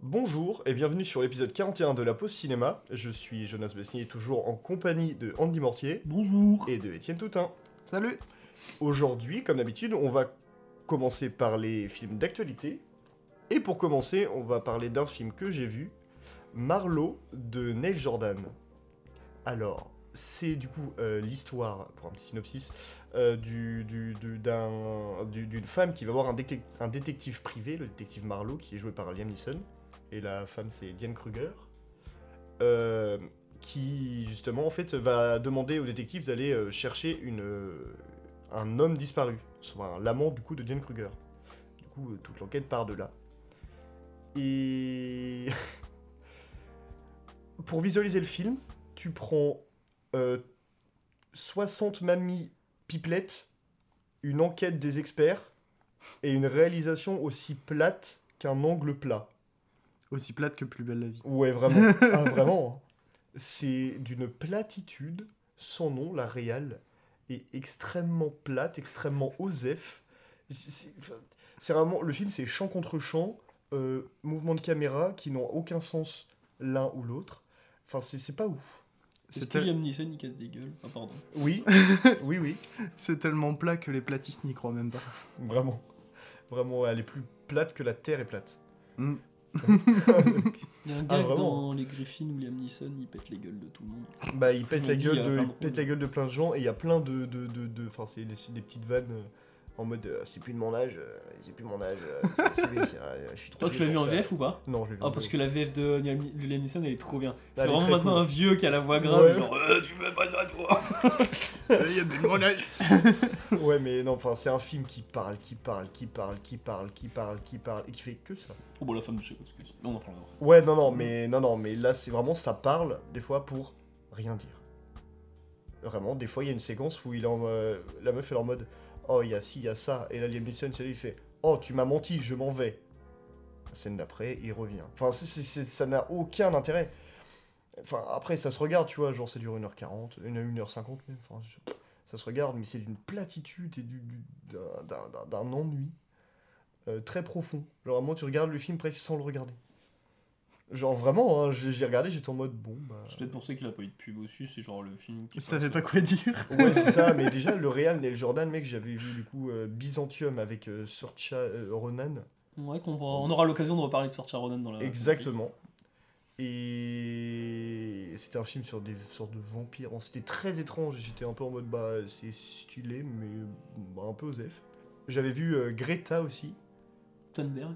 Bonjour et bienvenue sur l'épisode 41 de la pause cinéma. Je suis Jonas Besnier, toujours en compagnie de Andy Mortier Bonjour. et de Étienne Toutin. Salut. Aujourd'hui, comme d'habitude, on va commencer par les films d'actualité. Et pour commencer, on va parler d'un film que j'ai vu, Marlowe de Neil Jordan. Alors, c'est du coup l'histoire, pour un petit synopsis, d'une femme qui va voir un détective privé, le détective Marlowe, qui est joué par Liam Neeson. Et la femme, c'est Diane Kruger. Qui, justement, en fait, va demander au détective d'aller chercher un homme disparu. Enfin, l'amant, du coup, de Diane Kruger. Du coup, toute l'enquête part de là. Et... Pour visualiser le film, tu prends 60 mamies pipelettes, une enquête des experts, et une réalisation aussi plate qu'un angle plat. Aussi plate que Plus belle la vie. Ouais, vraiment. Ah, vraiment. C'est d'une platitude sans nom, la réal est extrêmement plate, extrêmement osef. C'est vraiment... Le film, c'est champ contre champ, mouvement de caméra qui n'ont aucun sens l'un ou l'autre. Enfin, c'est pas ouf. Est-ce que Liam Neeson il casse des gueules? Ah pardon. Oui, oui. C'est tellement plat que les platistes n'y croient même pas. Vraiment. Vraiment, elle est plus plate que la Terre est plate. Mm. Il y a un Ah, gag vraiment dans Les Griffins où Liam Neeson il pète les gueules de tout le monde. Bah, il pète On la dit, gueule il y a de, plein il de pète rôles. la gueule de plein de gens et il y a plein de enfin, c'est des petites vannes en mode c'est plus de mon âge, j'ai plus mon âge, je suis trop Toi tu vieux l'as vu pour en ça. VF ou pas? Non, je l'ai vu Ah en parce VF. que la VF de Liam Neeson elle est trop bien. C'est Elle est vraiment très maintenant cool. un vieux qui a la voix grave, Ouais. genre tu veux pas ça toi. Il y a plus de mon âge. Ouais, mais non, enfin, c'est un film qui parle, et qui fait que ça. Oh bon la femme de chez excuse. On en parlera. Ouais, non, mais là, c'est vraiment, ça parle, des fois, pour rien dire. Vraiment, des fois, il y a une séquence où la meuf, elle est en mode, oh, il y a ci, il y a ça, et là, Liam Neeson, c'est lui, il fait, oh, tu m'as menti, je m'en vais. La scène d'après, il revient. Enfin, ça n'a aucun intérêt. Enfin, après, ça se regarde, tu vois, genre, ça dure 1h40, 1h50 même, enfin, ça se regarde, mais c'est d'une platitude et d'un ennui très profond. Genre, vraiment, tu regardes le film presque sans le regarder. Genre, vraiment, hein, j'ai regardé, j'étais en mode, bon, bah... C'est peut-être pour ça qu'il a pas eu de pub aussi, c'est genre le film qui Je savais pas quoi dire. Ouais, c'est ça, mais déjà, le réal Neil Jordan, mec, j'avais vu, du coup, Byzantium avec Saoirse Ronan. Ouais on aura l'occasion de reparler de Saoirse Ronan dans la... Exactement. Et c'était un film sur des sortes de vampires. C'était très étrange. J'étais un peu en mode bah c'est stylé mais bah, un peu osef. J'avais vu Greta aussi. Thunberg.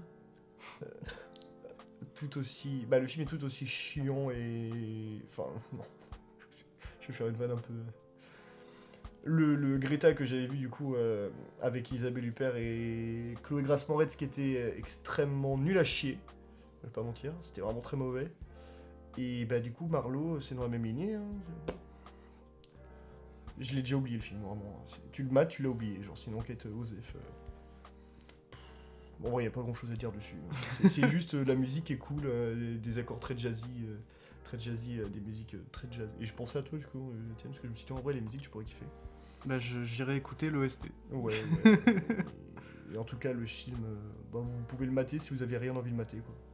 Tout aussi. Bah le film est tout aussi chiant et. Enfin non. Je vais faire une vanne un peu. Le Greta que j'avais vu du coup avec Isabelle Huppert et Chloé Grace Moretz qui était extrêmement nul à chier. Je vais pas mentir, c'était vraiment très mauvais. Et bah du coup Marlowe c'est dans la même lignée. Hein. Je l'ai déjà oublié le film vraiment. Tu le mates, tu l'as oublié. Genre c'est une enquête osef. Bon ouais y a pas grand chose à dire dessus. C'est juste la musique est cool, des accords très jazzy, des musiques très jazz. Et je pensais à toi du coup, tiens, parce que je me suis dit en vrai les musiques tu pourrais kiffer. Bah j'irai écouter l'OST. Ouais. Et en tout cas le film, bah, vous pouvez le mater si vous avez rien envie de mater quoi.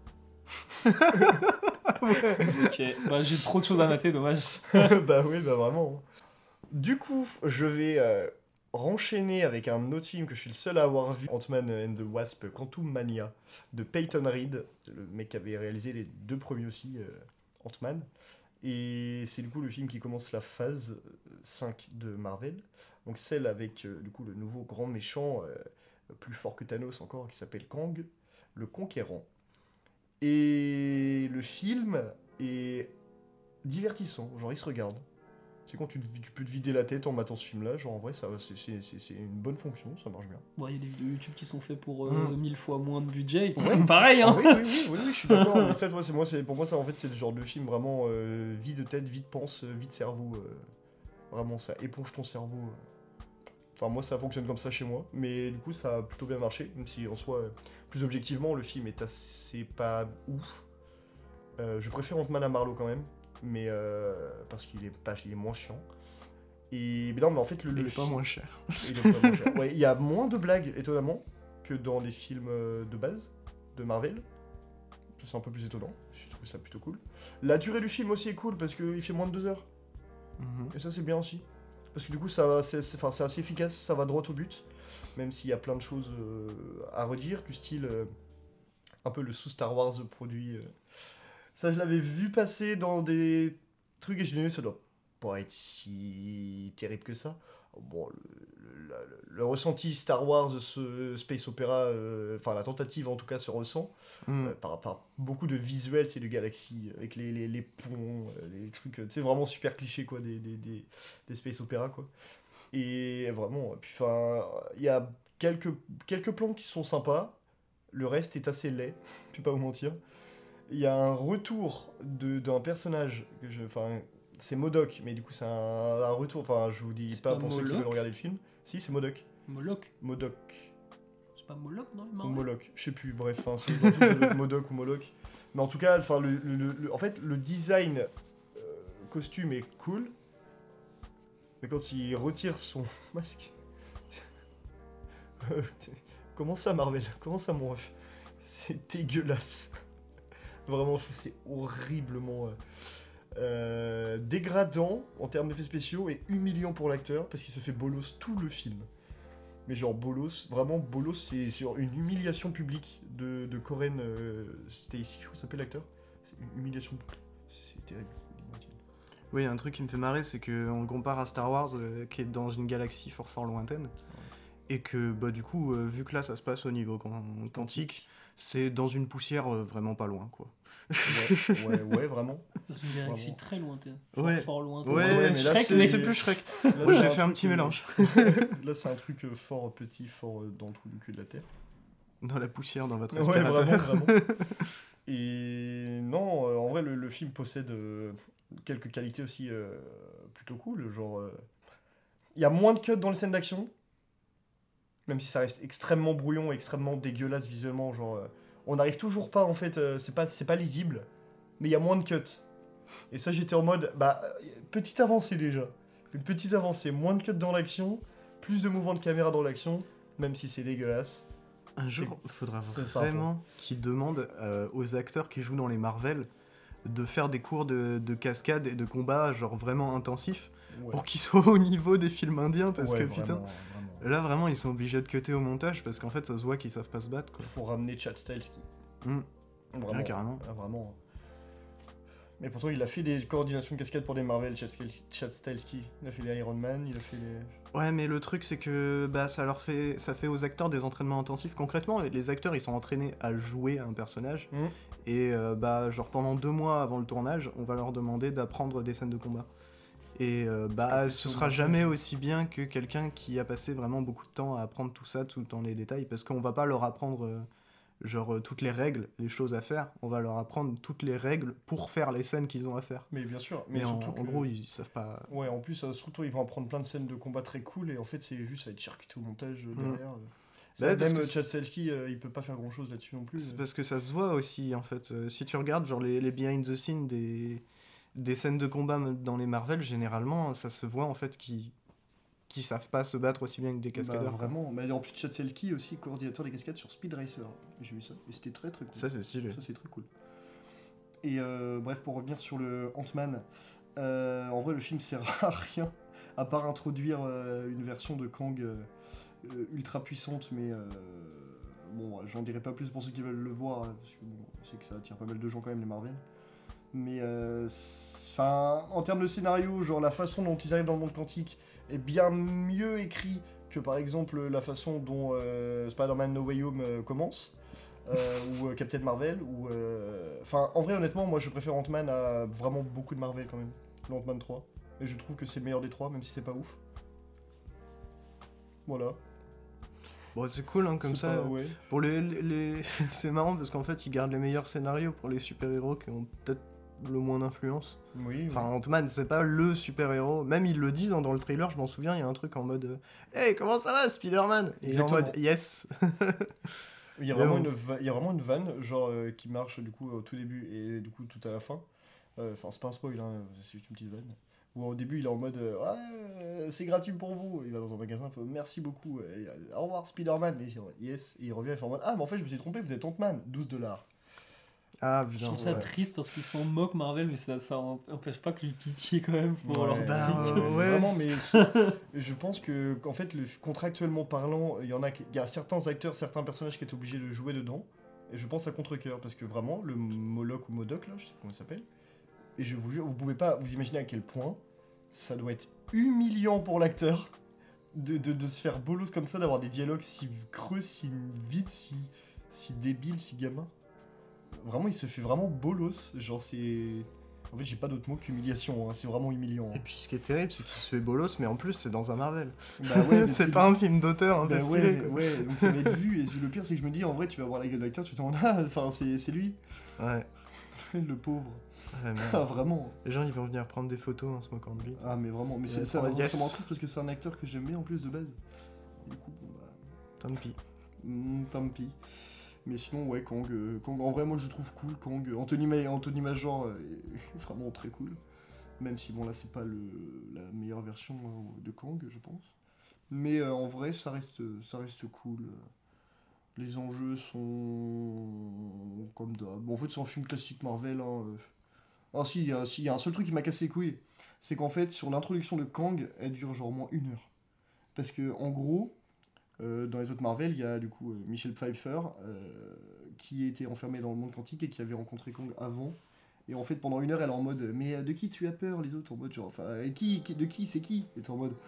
Ok, bah j'ai trop de choses à mater, dommage. Bah oui, bah vraiment. Du coup, je vais renchaîner avec un autre film que je suis le seul à avoir vu, Ant-Man and the Wasp Quantumania, de Peyton Reed, le mec qui avait réalisé les deux premiers aussi, Ant-Man. Et c'est du coup le film qui commence la phase 5 de Marvel, donc celle avec du coup le nouveau grand méchant, plus fort que Thanos encore, qui s'appelle Kang, le Conquérant. Et le film est divertissant, genre il se regarde. C'est quand tu peux te vider la tête en matant ce film-là, genre en vrai c'est une bonne fonction, ça marche bien. Bon, il y a des vidéos YouTube qui sont faits pour Mm. 1000 fois moins de budget, et Ouais. pareil Ah hein. oui, je suis d'accord, mais ça, toi, pour moi, ça en fait c'est le genre de film vraiment vide tête, vide pense, vide cerveau. Vraiment, ça éponge ton cerveau. Enfin, moi, ça fonctionne comme ça chez moi, mais du coup, ça a plutôt bien marché, même si en soi, plus objectivement, le film est assez pas ouf. Je préfère Ant-Man à Marlowe quand même, mais parce qu'il est moins chiant. Et mais non, mais en fait, Il est pas moins cher. il est pas moins cher. Ouais, il y a moins de blagues, étonnamment, que dans les films de base de Marvel. C'est un peu plus étonnant, je trouve ça plutôt cool. La durée du film aussi est cool parce qu'il fait moins de 2 heures. Mhm. Et ça c'est bien aussi. Parce que du coup c'est assez efficace, ça va droit au but. Même s'il y a plein de choses à redire, du style un peu le sous-Star Wars produit. Ça je l'avais vu passer dans des trucs et je me disais ça doit pas être si terrible que ça. Bon, le ressenti Star Wars, ce space opéra, enfin la tentative en tout cas se ressent. Mhm. Par beaucoup de visuels, c'est de galaxies, avec les ponts, les trucs, tu sais, vraiment super cliché, quoi, des space opéra, quoi. Et vraiment, puis enfin, il y a quelques plans qui sont sympas, le reste est assez laid, je vais pas vous mentir. Il y a un retour d'un personnage, enfin, c'est MODOK, mais du coup c'est un retour, enfin, je vous dis C'est pas pas pour ceux qui Moloch veulent regarder le film. Si, c'est MODOK. Moloch. MODOK. C'est pas Moloch, non, le Ou Marvel Moloch, je sais plus, bref, enfin, c'est dans tout, ça doit être Modoc ou Moloch. Mais en tout cas, enfin, en fait, le design costume est cool, mais quand il retire son masque... Comment ça, Marvel? Comment ça, mon ref? C'est dégueulasse. Vraiment, c'est horriblement dégradant en termes d'effets spéciaux et humiliant pour l'acteur, parce qu'il se fait bolos tout le film. Mais genre bolos, vraiment bolos, c'est sur une humiliation publique de Coren Stacy, je crois que s'appelle l'acteur. C'est une humiliation publique. C'est terrible. Oui, un truc qui me fait marrer, c'est qu'on le compare à Star Wars, qui est dans une galaxie fort fort lointaine. Et que, bah, du coup, vu que là, ça se passe au niveau quantique, c'est dans une poussière vraiment pas loin, quoi. Ouais, vraiment. Dans une galaxie Vraiment. très lointaine. Ouais. Fort lointaine. Ouais, mais là, Shrek, c'est- mec. C'est plus Shrek. Là, Moi, c'est j'ai un fait un truc, petit mélange. Là, c'est un truc fort petit, fort dans le trou du cul de la Terre. Dans la poussière, dans votre Ouais, aspirateur. vraiment. Et non, en vrai, le film possède quelques qualités aussi plutôt cool. Genre, il y a moins de cuts dans les scènes d'action, même si ça reste extrêmement brouillon, extrêmement dégueulasse visuellement. Genre, on n'arrive toujours pas, en fait, c'est pas lisible, mais il y a moins de cuts. Et ça, j'étais en mode, bah, petite avancée déjà. Une petite avancée, moins de cuts dans l'action, plus de mouvements de caméra dans l'action, même si c'est dégueulasse. Un jour, il faudra c'est ça, vraiment qu'ils demandent aux acteurs qui jouent dans les Marvel de faire des cours de cascade et de combat genre vraiment intensifs Ouais. pour qu'ils soient au niveau des films indiens parce Ouais, que vraiment, putain, vraiment. là vraiment ils sont obligés de cutter au montage parce qu'en fait ça se voit qu'ils savent pas se battre quoi. Faut ramener Chad Stahelski. Mm. Vraiment. Ouais, carrément. Vraiment. Mais pourtant, il a fait des coordinations de cascade pour des Marvel, Chad Stahelski. Il a fait les Iron Man, il a fait les... Ouais, mais le truc c'est que bah ça fait aux acteurs des entraînements intensifs. Concrètement, les acteurs ils sont entraînés à jouer un personnage Mm. et bah genre pendant 2 mois avant le tournage, on va leur demander d'apprendre des scènes de combat. Et bah ce sera jamais aussi bien que quelqu'un qui a passé vraiment beaucoup de temps à apprendre tout ça tout dans les détails parce qu'on va pas leur apprendre toutes les règles, les choses à faire. On va leur apprendre toutes les règles pour faire les scènes qu'ils ont à faire. Mais bien sûr. Mais surtout en gros ils savent pas. Ouais, en plus, surtout, ils vont apprendre plein de scènes de combat très cool, et en fait, c'est juste à être charcuté au montage derrière. Bah, parce Même que Chad Stahelski, il peut pas faire grand chose là-dessus non plus. C'est parce que ça se voit aussi en fait. Si tu regardes genre les behind the scenes des scènes de combat dans les Marvel, généralement ça se voit en fait qu'ils savent pas se battre aussi bien que des cascadeurs. Bah, vraiment. Mais en plus, Chad Stahelski aussi, coordinateur des cascades sur Speed Racer. J'ai vu ça, et c'était très très cool. Ça c'est stylé. Ça, c'est très cool. Et bref, pour revenir sur le Ant-Man, en vrai, le film sert à rien, à part introduire une version de Kang ultra puissante, mais bon, j'en dirai pas plus pour ceux qui veulent le voir, parce que bon, je sais que ça attire pas mal de gens quand même, les Marvel. Mais enfin, en termes de scénario, genre la façon dont ils arrivent dans le monde quantique est bien mieux écrit que par exemple la façon dont Spider-Man No Way Home commence. Ou Captain Marvel, ou... Enfin, en vrai, honnêtement, moi je préfère Ant-Man à vraiment beaucoup de Marvel quand même. Le Ant-Man 3. Et je trouve que c'est le meilleur des trois, même si c'est pas ouf. Voilà. Bon c'est cool hein, comme C'est ça. pas- ouais. Pour c'est marrant parce qu'en fait ils gardent les meilleurs scénarios pour les super-héros qui ont peut-être le moins d'influence. Oui, Enfin Ant-Man c'est pas le super-héros. Même ils le disent hein, dans le trailer, je m'en souviens, il y a un truc en mode hey comment ça va Spider-Man? Et il est en Exactement. mode yes. Il y a Mais vraiment, bon. il y a vraiment une vanne, genre, qui marche du coup au tout début et du coup tout à la fin. Enfin, c'est pas un spoil, hein, c'est juste une petite vanne. Où au début il est en mode ouais, c'est gratuit pour vous. Il va dans un magasin, il fait merci beaucoup. Et, au revoir Spider-Man. Et il dit, yes. Et il revient, il fait en mode ah, mais en fait je me suis trompé, vous êtes Ant-Man, $12. Ah, Je putain. trouve ça ouais. triste parce qu'ils s'en moquent Marvel, mais ça empêche pas que j'ai pitié quand même pour Ouais, leur bah, truc. ouais. Vraiment, mais je pense que qu'en fait, contractuellement parlant, il y a certains acteurs, certains personnages qui étaient obligés de jouer dedans. Et je pense à contre-cœur parce que vraiment, le Moloch ou Modoc là, je sais pas comment il s'appelle. Et je vous jure, vous pouvez pas vous imaginer à quel point ça doit être humiliant pour l'acteur de se faire bolos comme ça, d'avoir des dialogues si creux, si vides, si débiles, si gamins. Vraiment, il se fait vraiment bolos. Genre, c'est. En fait, j'ai pas d'autre mot qu'humiliation, hein. C'est vraiment humiliant. Et puis ce qui est terrible, c'est qu'il se fait bolos, mais en plus c'est dans un Marvel. Bah ouais, mais c'est pas un film d'auteur un peu Bah stylé. ouais, Quoi. ouais, donc ça va être vu. Et le pire, c'est que je me dis, en vrai, tu vas voir la gueule de l'acteur, tu te dis, ah, enfin, c'est lui. Ouais. Le pauvre. Ouais, merde. Ah, vraiment. Les gens ils vont venir prendre des photos en se moquant de lui. Ah, mais vraiment. Mais c'est Ouais, ça, pour vraiment yes. extrêmement triste parce que c'est un acteur que j'aime bien en plus de base. Du coup, bon, bah. Tant pis. Tant pis. Mais sinon, ouais, Kang, en vrai, moi je le trouve cool. Kang, Anthony Major est vraiment très cool. Même si, bon, là, c'est pas la meilleure version de Kang, je pense. Mais en vrai, ça reste cool. Les enjeux sont comme d'hab. Bon, en fait, c'est un film classique Marvel. Hein. Ah, si, il y a un seul truc qui m'a cassé les couilles. C'est qu'en fait, sur l'introduction de Kang, elle dure genre au moins 1 heure. Parce que, en gros. Dans les autres Marvel, il y a du coup Michelle Pfeiffer qui était enfermée dans le monde quantique et qui avait rencontré Kang avant. Et en fait, pendant 1 heure, elle est en mode mais de qui tu as peur? Les autres en mode genre, enfin, de qui c'est qui? Et t'es en mode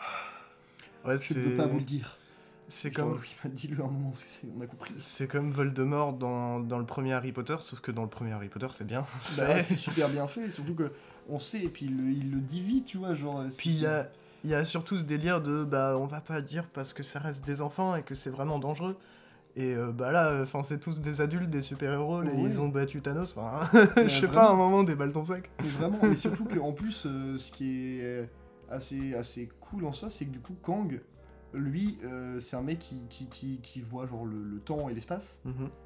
Ouais, je ne peux pas vous le dire. C'est Genre, comme. oui, bah, dis-le à un moment, parce que on a compris. C'est comme Voldemort dans le premier Harry Potter, sauf que dans le premier Harry Potter c'est bien. Bah, c'est super bien fait, surtout que on sait, et puis il le dit vite, tu vois, genre. Puis il y a surtout ce délire de bah on va pas dire parce que ça reste des enfants et que c'est vraiment dangereux. Et bah là, enfin c'est tous des adultes, des super-héros, Ouais. ils ont battu Thanos, enfin Mais je sais vraiment. pas, à un moment des balles ton sac. Mais vraiment, mais surtout qu'en plus, ce qui est assez cool en soi, c'est que du coup, Kang, lui, c'est un mec qui voit genre le temps et l'espace,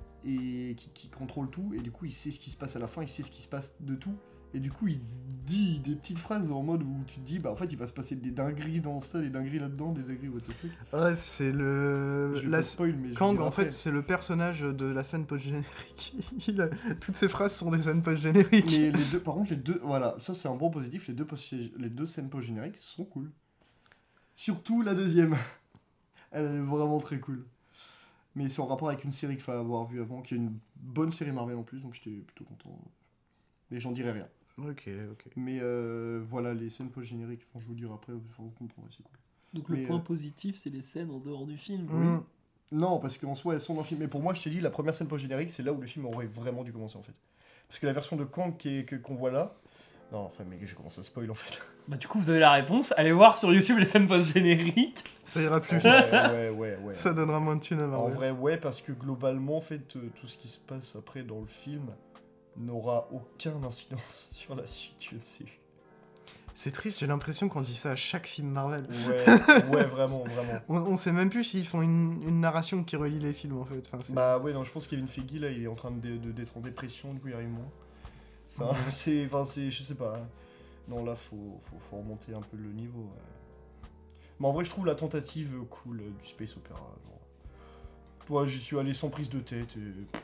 et qui contrôle tout, et du coup, il sait ce qui se passe à la fin, il sait ce qui se passe de tout, et du coup, il dit des petites phrases en mode où tu te dis, bah en fait, il va se passer des dingueries dans ça, des dingueries là-dedans, des dingueries what the fuck. Ouais, c'est le... Je vais la- pas spoil, mais je Kang, le dirai en fait, après. c'est le personnage de la scène post-générique. Toutes ses phrases sont des scènes post-génériques. Mais les deux, par contre, voilà, ça c'est un bon positif, les deux scènes post-génériques sont cool. Surtout la deuxième. Elle est vraiment très cool. Mais c'est en rapport avec une série qu'il faut avoir vue avant, qui est une bonne série Marvel en plus, donc j'étais plutôt content. Mais j'en dirai rien. Ok. Mais voilà, les scènes post-génériques, enfin, je vous le dirai après, vous comprendrez, c'est cool. Donc le Mais, point positif, c'est les scènes en dehors du film. Oui. Non, parce qu'en soi, elles sont dans le film. Mais pour moi, je t'ai dit, la première scène post-générique, c'est là où le film aurait vraiment dû commencer en fait. Parce que la version de Kang qu'on voit là. Non, enfin, mais je commence à spoil en fait. Bah du coup, vous avez la réponse. Allez voir sur YouTube les scènes post-génériques. Ça ira plus vite. Ouais. Ça donnera moins de thunes à En Marvel. vrai, ouais, parce que globalement, en fait, tout ce qui se passe après dans le film n'aura aucun incidence sur la suite du MCU. C'est triste, j'ai l'impression qu'on dit ça à chaque film Marvel. Ouais, vraiment. On sait même plus s'ils font une narration qui relie les films en fait. Enfin, Bah ouais, non, je pense Kevin Feige là, il est en train d'être en dépression, du coup il arrive moins. Ça, je sais pas. Non, là, faut remonter un peu le niveau. Mais en vrai, je trouve la tentative cool du space opéra. Genre. Toi, j'y suis allé sans prise de tête et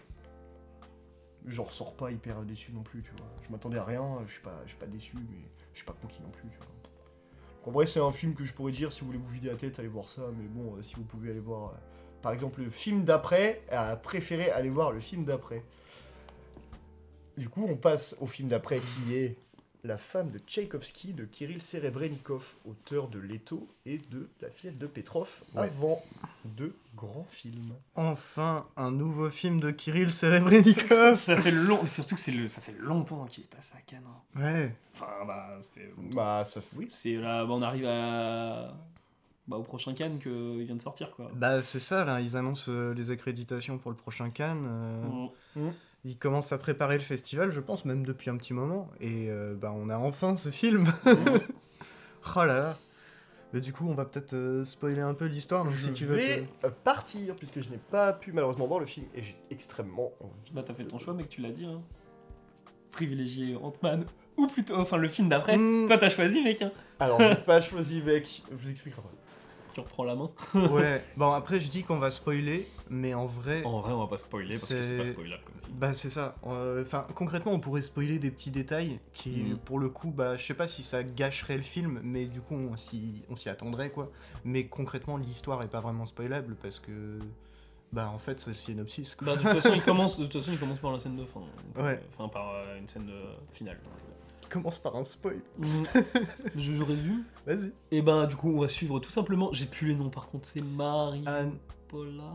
j'en ressors pas hyper déçu non plus, tu vois. Je m'attendais à rien, je suis pas déçu, mais je suis pas conquis non plus, tu vois. Donc, en vrai, c'est un film que je pourrais dire, si vous voulez vous vider la tête, allez voir ça, mais bon, si vous pouvez aller voir, par exemple, le film d'après, préféré, allez voir le film d'après. Du coup, on passe au film d'après qui est La femme de Tchaïkovski de Kirill Serebrennikov, auteur de Leto et de La fillette de Petrov, avant deux grands films. Enfin, un nouveau film de Kirill Serebrennikov. Ça fait surtout que ça fait longtemps qu'il est passé à Cannes. Hein. Ouais. Enfin, bah, ça fait longtemps. Bah, oui. C'est là, on arrive au prochain Cannes qu'il vient de sortir, quoi. Bah, c'est ça, là, ils annoncent les accréditations pour le prochain Cannes. Ils commencent à préparer le festival, je pense, même depuis un petit moment. Et bah, on a enfin ce film. Oh là là. Mais du coup, on va peut-être spoiler un peu l'histoire. Donc, si tu veux. Je vais partir, puisque je n'ai pas pu malheureusement voir le film et j'ai extrêmement envie. Bah, t'as fait ton choix, mec, tu l'as dit. Hein. Privilégier Ant-Man, ou plutôt, enfin, le film d'après. Toi, t'as choisi, mec. Hein. Alors, j'ai pas choisi, mec. Je vous expliquerai pas. Tu reprends la main. Ouais, bon après je dis qu'on va spoiler, mais en vrai... En vrai, on va pas spoiler parce que c'est pas spoilable comme film. Bah c'est ça. Enfin, concrètement, on pourrait spoiler des petits détails qui, pour le coup, bah je sais pas si ça gâcherait le film, mais du coup on s'y attendrait quoi. Mais concrètement, l'histoire est pas vraiment spoilable parce que, bah en fait c'est le synopsis quoi. Bah, de toute façon, il commence par la scène de fin. Donc, Ouais. Enfin, par une scène finale. Il commence par un spoil. Je résume. Vas-y. Et ben, du coup, on va suivre tout simplement. J'ai plus les noms par contre, c'est Marie. Paula.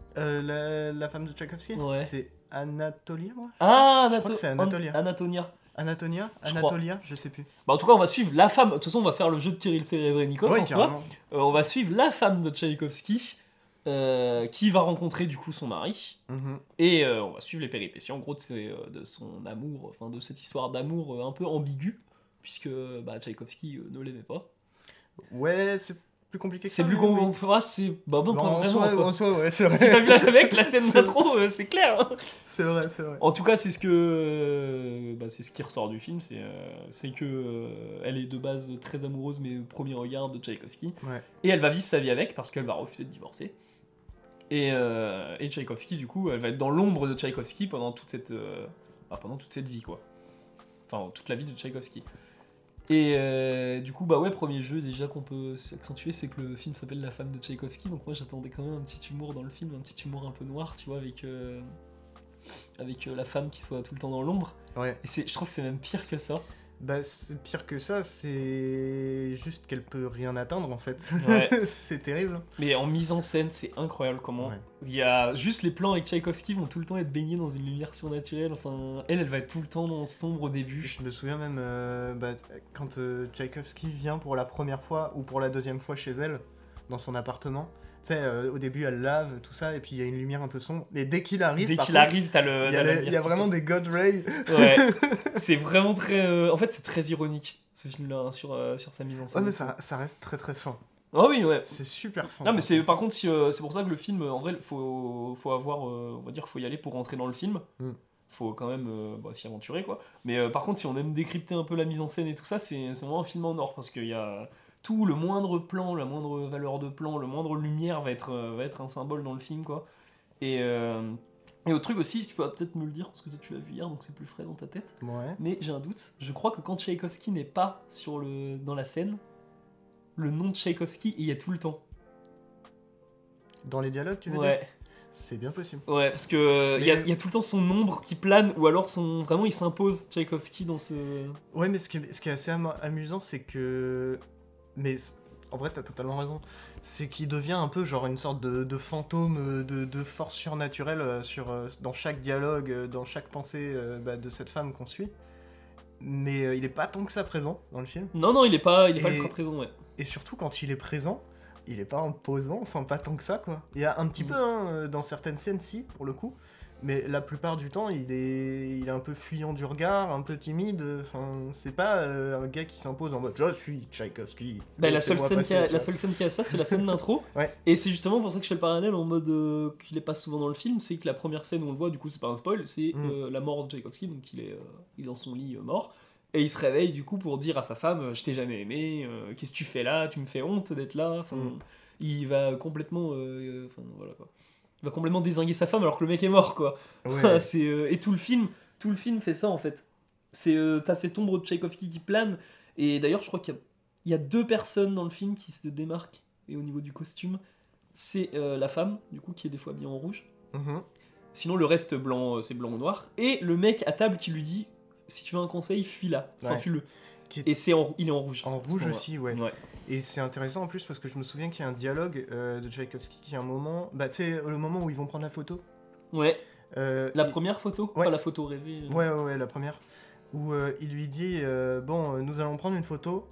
La femme de Tchaïkovski, Ouais. c'est Anatolia, moi. Ah, Je crois que c'est Anatolia. Anatolia. Anatolia, Je Anatolia, je sais plus. Bah, en tout cas, on va suivre la femme. De toute façon, on va faire le jeu de Kirill Serebrennikov Oui, en soi. carrément. On va suivre la femme de Tchaïkovski qui va rencontrer du coup son mari. Mhm. Et on va suivre les péripéties en gros de son amour, enfin de cette histoire d'amour un peu ambiguë, puisque bah, Tchaïkovski ne l'aimait pas. Ouais, c'est plus compliqué que C'est ça. plus mais oui. compliqué. C'est bah non, Bon, pas en vraiment. soi, en en soi. soi, ouais, c'est vrai. Si t'as vu la mec, la scène C'est- d'intro, c'est clair. Hein. C'est vrai, c'est vrai. En tout cas, c'est ce que bah, c'est ce qui ressort du film, c'est que elle est de base très amoureuse, mais au premier regard de Tchaïkovski, Ouais. et elle va vivre sa vie avec parce qu'elle va refuser de divorcer. Et Tchaïkovski, du coup, elle va être dans l'ombre de Tchaïkovski pendant toute cette vie, quoi. Enfin, toute la vie de Tchaïkovski. Et du coup, bah ouais, premier jeu déjà qu'on peut accentuer, c'est que le film s'appelle La femme de Tchaïkovski, donc moi j'attendais quand même un petit humour dans le film, un petit humour un peu noir, tu vois, avec la femme qui soit tout le temps dans l'ombre. Ouais. Et je trouve que c'est même pire que ça. Bah, c'est pire que ça, c'est juste qu'elle peut rien atteindre en fait. Ouais. C'est terrible. Mais en mise en scène, c'est incroyable comment. Ouais. Il y a juste les plans avec Tchaïkovski vont tout le temps être baignés dans une lumière surnaturelle. Enfin, elle va être tout le temps dans le sombre au début. Je me souviens même quand Tchaïkovski vient pour la première fois ou pour la deuxième fois chez elle, dans son appartement. Tu sais, au début elle lave, tout ça, et puis il y a une lumière un peu sombre. Mais dès qu'il arrive, Dès par qu'il contre, arrive, t'as le. il y t'as a, il y a vraiment des God Ray. Ouais, c'est vraiment très. En fait, c'est très ironique ce film-là hein, sur sa mise en scène. Ouais, mais ça reste très très fin. Ah oui, ouais. C'est super fin. Non, mais c'est par contre, c'est pour ça que le film, en vrai, faut avoir, on va dire, qu'il faut y aller pour rentrer dans le film. Faut quand même s'y aventurer, quoi. Mais par contre, si on aime décrypter un peu la mise en scène et tout ça, c'est vraiment un film en or parce qu'il y a tout, le moindre plan, la moindre valeur de plan, le moindre lumière va être un symbole dans le film, quoi. Et autre truc aussi, tu peux peut-être me le dire parce que toi tu l'as vu hier, donc c'est plus frais dans ta tête. Ouais. Mais j'ai un doute. Je crois que quand Tchaïkovski n'est pas dans la scène, le nom de Tchaïkovski il y a tout le temps. Dans les dialogues, tu veux dire? Ouais. C'est bien possible. Ouais, parce que il y Mais- a tout le temps son ombre qui plane, ou alors vraiment il s'impose, Tchaïkovski, dans ce... Ouais, mais ce qui est assez amusant, c'est que. Mais en vrai, t'as totalement raison. C'est qu'il devient un peu genre une sorte de fantôme, de force surnaturelle dans chaque dialogue, dans chaque pensée de cette femme qu'on suit. Mais il est pas tant que ça présent dans le film. Non, il est pas Et- ultra présent, ouais. Et surtout, quand il est présent, il est pas imposant, enfin pas tant que ça, quoi. Il y a un petit peu, hein, dans certaines scènes, si, pour le coup. Mais la plupart du temps, il est un peu fuyant du regard, un peu timide. Enfin, c'est pas un gars qui s'impose en mode « Je suis Tchaïkovski ». Bah, la seule Laissez-moi scène passer, tu vois. qui a ça, c'est la scène d'intro. Ouais. Et c'est justement pour ça que je fais le parallèle en mode qu'il est pas souvent dans le film, c'est que la première scène où on le voit, du coup c'est pas un spoil, c'est la mort de Tchaïkovski, donc il est dans son lit mort. Et il se réveille du coup pour dire à sa femme je t'ai jamais aimé, qu'est-ce que tu fais là, tu me fais honte d'être là. Enfin, il va complètement, voilà quoi. Il va complètement dézinguer sa femme alors que le mec est mort quoi. Ouais. Et tout le film fait ça en fait. T'as cette ombre de Tchaïkovski qui plane. Et d'ailleurs je crois qu'il y a deux personnes dans le film qui se démarquent. Et au niveau du costume, c'est la femme du coup qui est des fois habillée en rouge. Mhm. Sinon le reste blanc, c'est blanc ou noir. Et le mec à table qui lui dit si tu veux un conseil, fuis là. Enfin Ouais. fuis-le. Qui est Et il est en rouge. en à ce rouge moment-là. aussi, ouais. Et c'est intéressant en plus parce que je me souviens qu'il y a un dialogue de Tchaïkovski qui a un moment... Bah, tu sais, le moment où ils vont prendre la photo. Ouais. La il- première photo, Ouais. pas la photo rêvée. Ouais, la première. Où il lui dit bon, nous allons prendre une photo.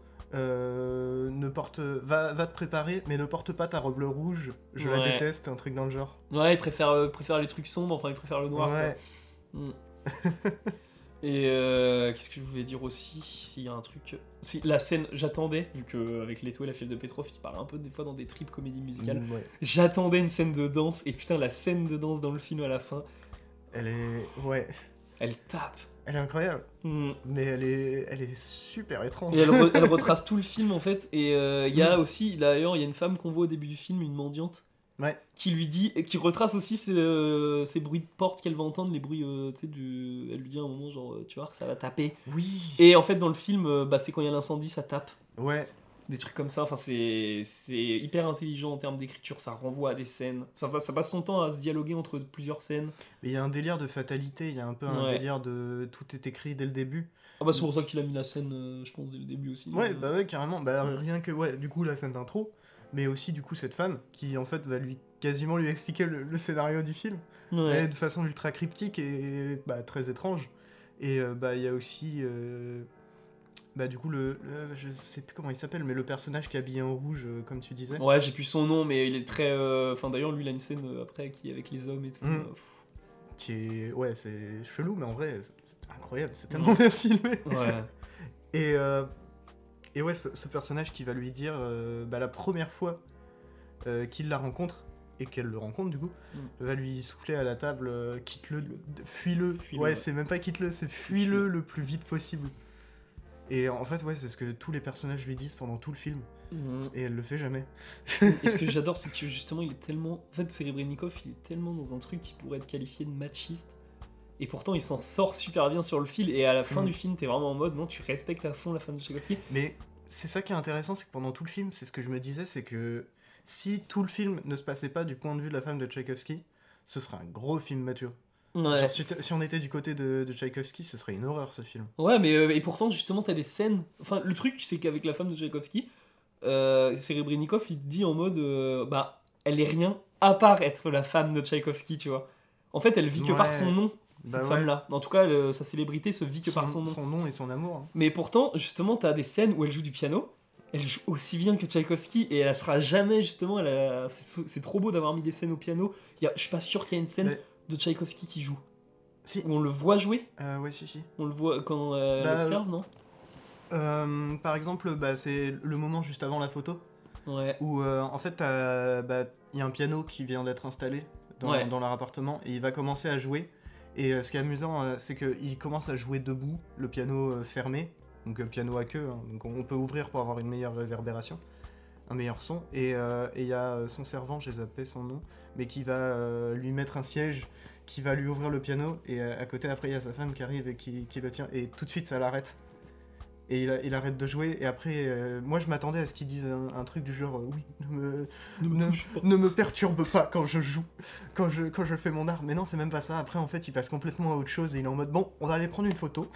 Va te préparer, mais ne porte pas ta robe rouge. Je la Ouais. déteste, un truc dans le genre. Ouais, il préfère les trucs sombres, enfin il préfère le noir. Ouais. Quoi. Et qu'est-ce que je voulais dire aussi? S'il y a un truc. Si, la scène, j'attendais, vu qu'avec Leto et la fièvre de Petrov, il part un peu des fois dans des tripes comédie musicale. Ouais. J'attendais une scène de danse, et putain, la scène de danse dans le film à la fin, Elle est. Ouais. elle tape. Elle est incroyable. Mm. Mais elle est super étrange. Et elle retrace tout le film en fait. Et il y a aussi, d'ailleurs, il y a une femme qu'on voit au début du film, une mendiante, Ouais. qui lui dit, et qui retrace aussi ces bruits de porte qu'elle va entendre, les bruits, tu sais, elle lui dit à un moment, genre, tu vois que ça va taper. Oui. Et en fait, dans le film, c'est quand il y a l'incendie, ça tape. Ouais. Des trucs comme ça, enfin, c'est hyper intelligent en termes d'écriture, ça renvoie à des scènes. Ça passe son temps à se dialoguer entre plusieurs scènes. Mais il y a un délire de fatalité, il y a un peu un délire de tout est écrit dès le début. Ah bah c'est pour ça qu'il a mis la scène, je pense, dès le début aussi. Ouais, bah ouais, carrément. Bah rien que, ouais, du coup, la scène d'intro, mais aussi, du coup, cette femme qui, en fait, va quasiment lui expliquer le scénario du film. Mais de façon ultra cryptique et très étrange. Et il y a aussi... du coup, je sais plus comment il s'appelle, mais le personnage qui est habillé en rouge, comme tu disais. Ouais, j'ai plus son nom, mais il est très... Enfin, d'ailleurs, lui, il a une scène après qui est avec les hommes et tout. Qui est... Ouais, c'est chelou, mais en vrai, c'est incroyable, c'est tellement bien filmé. Ouais. Et ouais, ce personnage qui va lui dire, la première fois qu'il la rencontre, et qu'elle le rencontre du coup, va lui souffler à la table, quitte-le, fuis-le. Ouais, c'est même pas quitte-le, c'est fuis-le le plus vite possible. Et en fait, ouais, c'est ce que tous les personnages lui disent pendant tout le film. Et elle le fait jamais. Et ce que j'adore, c'est que justement, il est tellement... En fait, Serebrennikov, il est tellement dans un truc qui pourrait être qualifié de machiste. Et pourtant, il s'en sort super bien sur le fil. Et à la fin du film, t'es vraiment en mode, non, tu respectes à fond la femme de Tchaïkovski. Mais c'est ça qui est intéressant, c'est que pendant tout le film, c'est ce que je me disais, c'est que si tout le film ne se passait pas du point de vue de la femme de Tchaïkovski, ce serait un gros film mature. Ouais. Genre, si on était du côté de Tchaïkovski, ce serait une horreur, ce film. Ouais, mais et pourtant, justement, t'as des scènes... Enfin, le truc, c'est qu'avec la femme de Tchaïkovski, Serebrennikov, il te dit en mode... elle est rien à part être la femme de Tchaïkovski, tu vois. En fait, elle vit que par son nom, cette femme-là. En tout cas, sa célébrité se vit que par son nom. Son nom et son amour. Hein. Mais pourtant, justement, t'as des scènes où elle joue du piano. Elle joue aussi bien que Tchaïkovski et elle sera jamais, justement... C'est trop beau d'avoir mis des scènes au piano. Je suis pas sûr qu'il y ait une scène de Tchaïkovski qui joue. Si. On le voit jouer. Ouais, si. On le voit quand elle observe, non? Par exemple, c'est le moment juste avant la photo. Ouais. Où en fait, il y a un piano qui vient d'être installé dans leur appartement et il va commencer à jouer. Et ce qui est amusant, c'est qu'il commence à jouer debout, le piano fermé, donc piano à queue, hein, donc on peut ouvrir pour avoir une meilleure réverbération, un meilleur son. Et il y a son servant, j'ai zappé son nom, mais qui va lui mettre un siège, qui va lui ouvrir le piano, et à côté après il y a sa femme qui arrive et qui le tient, et tout de suite ça l'arrête. Et il arrête de jouer, et après, moi je m'attendais à ce qu'il dise un truc du genre oui, ne me perturbe pas quand je joue, quand je fais mon art. Mais non, c'est même pas ça. Après, en fait, il passe complètement à autre chose et il est en mode bon, on va aller prendre une photo.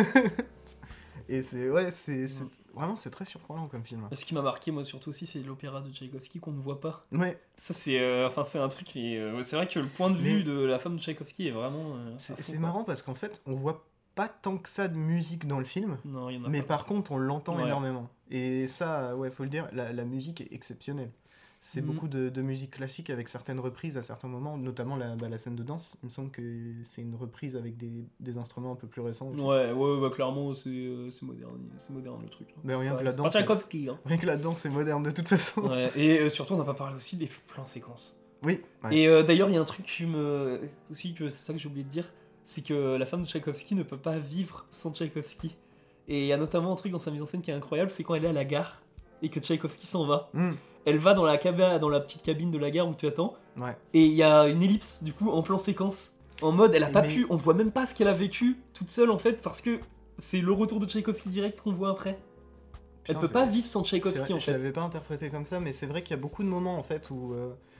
Et c'est vraiment, c'est très surprenant comme film. Ce qui m'a marqué, moi surtout aussi, c'est l'opéra de Tchaïkovski qu'on ne voit pas. Ouais. Ça, c'est un truc qui. C'est vrai que le point de vue de la femme de Tchaïkovski est vraiment. C'est marrant parce qu'en fait, on voit pas tant que ça de musique dans le film, non, y en a mais pas par contre on l'entend énormément. Et ça, ouais, faut le dire, la musique est exceptionnelle. C'est beaucoup de musique classique avec certaines reprises à certains moments, notamment la scène de danse. Il me semble que c'est une reprise avec des instruments un peu plus récents aussi. Ouais, clairement c'est moderne le truc. Mais rien que la danse. Pas Tchaïkovski. Hein. Rien que la danse c'est moderne de toute façon. Ouais, et surtout on n'a pas parlé aussi des plans séquences. Oui. Ouais. Et d'ailleurs il y a un truc aussi que c'est ça que j'ai oublié de dire. C'est que la femme de Tchaïkovski ne peut pas vivre sans Tchaïkovski. Et il y a notamment un truc dans sa mise en scène qui est incroyable, c'est quand elle est à la gare et que Tchaïkovski s'en va. Elle va dans la petite cabine de la gare où tu attends. Ouais. Et il y a une ellipse, du coup, en plan séquence. En mode, elle a pas pu, on voit même pas ce qu'elle a vécu toute seule en fait, parce que c'est le retour de Tchaïkovski direct qu'on voit après. Putain, elle peut pas vivre sans Tchaïkovski en fait. Je l'avais pas interprété comme ça, mais c'est vrai qu'il y a beaucoup de moments en fait où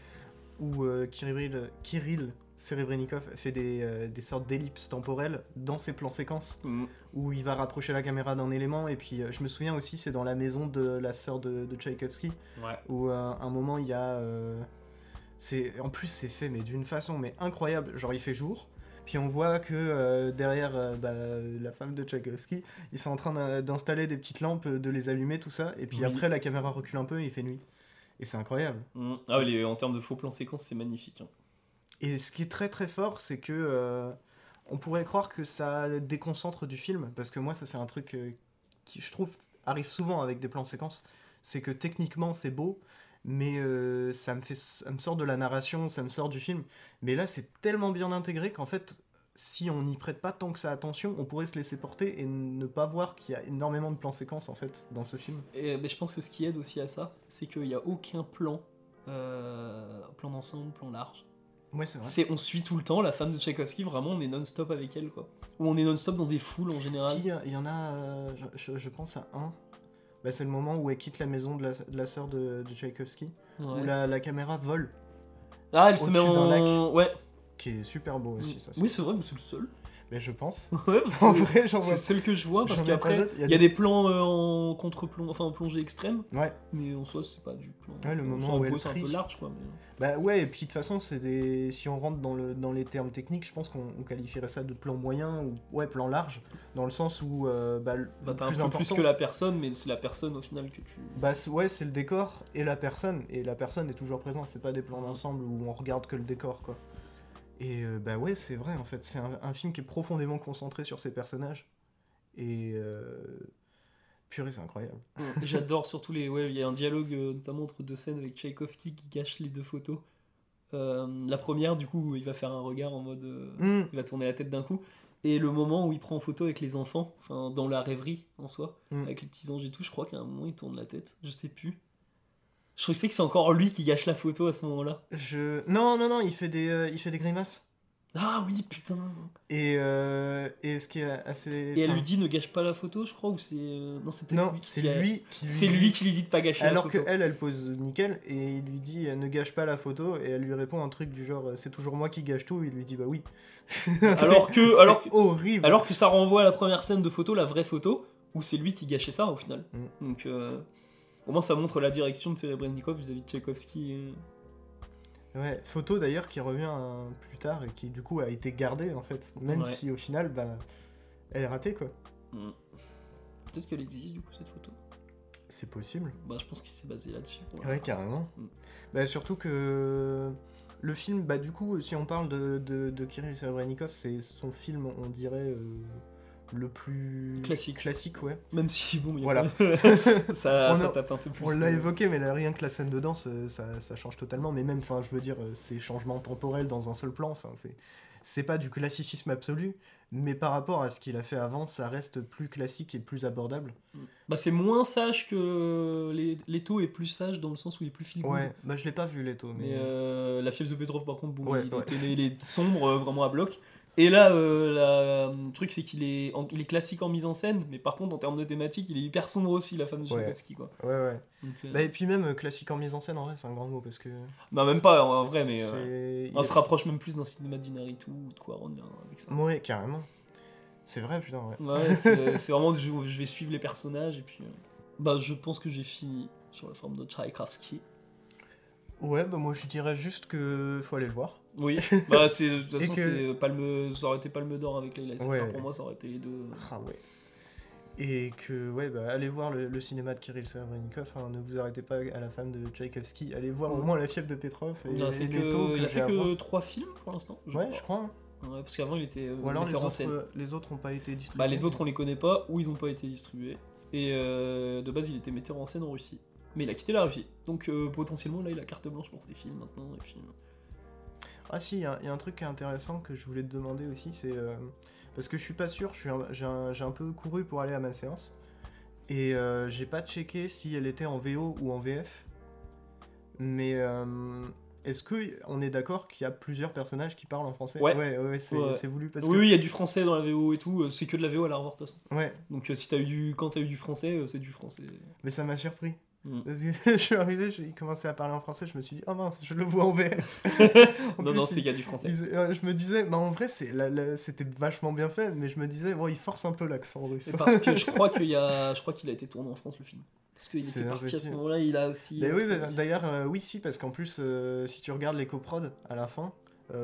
Kirill Serebrennikov fait des sortes d'ellipses temporelles dans ses plans séquences où il va rapprocher la caméra d'un élément. Et puis je me souviens aussi, c'est dans la maison de la sœur de Tchaïkovski où un moment il y a en plus c'est fait mais d'une façon mais incroyable, genre il fait jour puis on voit que derrière la femme de Tchaïkovski ils sont en train d'installer des petites lampes, de les allumer tout ça, et puis après la caméra recule un peu et il fait nuit et c'est incroyable. Ah oui, en termes de faux plans séquences c'est magnifique. Et ce qui est très très fort, c'est que on pourrait croire que ça déconcentre du film, parce que moi ça c'est un truc qui je trouve arrive souvent avec des plans séquences, c'est que techniquement c'est beau, mais ça me sort de la narration, ça me sort du film. Mais là c'est tellement bien intégré qu'en fait si on n'y prête pas tant que ça attention, on pourrait se laisser porter et ne pas voir qu'il y a énormément de plans séquences en fait dans ce film. Et je pense que ce qui aide aussi à ça, c'est qu'il n'y a aucun plan, plan d'ensemble, plan large. Ouais, c'est vrai. On suit tout le temps la femme de Tchaïkovski, vraiment on est non-stop avec elle, quoi. Ou on est non-stop dans des foules en général. Si, il y en a, je pense à un. Bah, c'est le moment où elle quitte la maison de la sœur de Tchaïkovski, où la caméra vole. Ah, elle se met au-dessus d'un lac. Ouais. Qui est super beau aussi, ça. Oui, c'est vrai, mais c'est le seul. Mais je pense. Ouais, parce En que vrai, j'en c'est vois. le seul que je vois, parce j'en ai pas qu'après, d'autres. il y a des plans en contre-plongée, enfin en plongée extrême, Ouais. mais en soi, c'est pas du plan. Ouais, le moment c'est un où peu- elle c'est un peu prie. large, quoi. Mais... Bah ouais, et puis de toute façon, si on rentre dans les termes techniques, je pense qu'on qualifierait ça de plan moyen ou plan large, dans le sens où le Bah, plus t'as un peu important. plus que la personne, mais c'est la personne au final que tu. Bah ouais, c'est le décor et la personne est toujours présente. C'est pas des plans d'ensemble où on regarde que le décor, quoi. Et bah ouais, c'est vrai en fait, c'est un film qui est profondément concentré sur ses personnages. Et purée, c'est incroyable. J'adore surtout les. Ouais, il y a un dialogue notamment entre deux scènes avec Tchaïkovski qui gâche les deux photos. La première, du coup, où il va faire un regard en mode. Il va tourner la tête d'un coup. Et le moment où il prend en photo avec les enfants, enfin dans la rêverie en soi, avec les petits anges et tout, je crois qu'à un moment il tourne la tête, je sais plus. Je crois que c'est encore lui qui gâche la photo à ce moment-là. Non, il fait des grimaces. Ah oui, putain. Et ce qui est assez. Et elle lui dit ne gâche pas la photo, je crois, ou c'est. Non, c'était Non, lui. c'est lui qui lui C'est dit- lui qui lui dit de pas gâcher la Alors photo. que elle pose nickel et il lui dit ne gâche pas la photo et elle lui répond un truc du genre c'est toujours moi qui gâche tout. Il lui dit bah oui. Alors que- C'est horrible. Alors que ça renvoie à la première scène de photo, la vraie photo, où c'est lui qui gâchait ça au final. Donc au moins ça montre la direction de Serebrennikov vis-à-vis de Tchaïkovski. Ouais, photo d'ailleurs qui revient plus tard et qui du coup a été gardée en fait, même Ouais. si au final bah elle est ratée quoi. Peut-être qu'elle existe du coup cette photo. C'est possible. Bah je pense qu'il s'est basé là-dessus. Ouais, carrément. Mm. Bah, surtout que le film, bah du coup, si on parle de Kirill Serebrennikov, c'est son film, on dirait, le plus Classique. ouais. Même si bon, il y a Voilà. ça On a- tape un peu plus. On l'a évoqué, mais là, rien que la scène de danse, ça change totalement. Mais même, enfin, je veux dire, ces changements temporels dans un seul plan, enfin, c'est pas du classicisme absolu, mais par rapport à ce qu'il a fait avant, ça reste plus classique et plus abordable. Bah c'est moins sage que Leto est plus sage dans le sens où il est plus feel good. Ouais, bah je l'ai pas vu Leto, Mais la fièvre de Petrov par contre, bon, Ouais, il, ouais. il est sombre vraiment à bloc. Et là, le truc c'est qu'il est, il est classique en mise en scène, mais par contre en termes de thématique, il est hyper sombre aussi, la femme de Ouais. Tchaïkovski quoi. Ouais. Donc, Bah, et puis même classique en mise en scène, en vrai, c'est un grand mot parce que. bah même pas en vrai, mais c'est- on se rapproche même plus d'un cinéma d'Inaritu ou de Quaron avec ça. Ouais, carrément. C'est vrai, putain, ouais. Ouais, c'est vraiment je vais suivre les personnages et puis bah je pense que j'ai fini sur la forme de Tchaïkovski. Ouais, bah moi je dirais juste que faut aller le voir. Oui, bah c'est de toute façon que- c'est Palme, ça aurait été Palme d'Or avec Leila Sefer, Ouais. pour moi ça aurait été les deux. Ah ouais. Et que, ouais, bah allez voir le cinéma de Kirill Serebrennikov, hein, ne vous arrêtez pas à la femme de Tchaïkovski, allez voir au moins La fièvre de Petrov et Il a fait Leto que, il a j'ai fait à voir. que 3 films pour l'instant. Ouais, je crois. Hein. Ouais, parce qu'avant il était Ou alors metteur en scène. les autres ont pas été distribués. Bah les autres on les connaît pas ou ils ont pas été distribués. Et de base il était metteur en scène en Russie. Mais il a quitté la Russie. Donc potentiellement là il a carte blanche pour ses films maintenant. Et puis, Ah si, il y a un truc qui est intéressant que je voulais te demander aussi, c'est... parce que je suis pas sûr, j'ai un peu couru pour aller à ma séance, et j'ai pas checké si elle était en VO ou en VF, mais est-ce que on est d'accord qu'il y a plusieurs personnages qui parlent en français? Ouais. Ouais, Ouais. c'est voulu, parce oui, que... oui, il y a du français dans la VO et tout. C'est que de la VO à la revoir de toute façon. Ouais, Donc si quand t'as eu du français, c'est du français. mais ça m'a surpris. Mm. Parce que je suis arrivé, il commençait à parler en français, je me suis dit, oh mince, je le vois en VF. En Non, plus, c'est qu'il y a du français. je me disais, bah en vrai, c'était vachement bien fait, mais je me disais, bon, il force un peu l'accent russe. C'est parce que je crois qu'il a été tourné en France le film. Parce qu'il C'est était parti à ce impossible. moment-là, il a aussi. Mais oui, d'ailleurs, oui, si, parce qu'en plus, si tu regardes les coprods à la fin,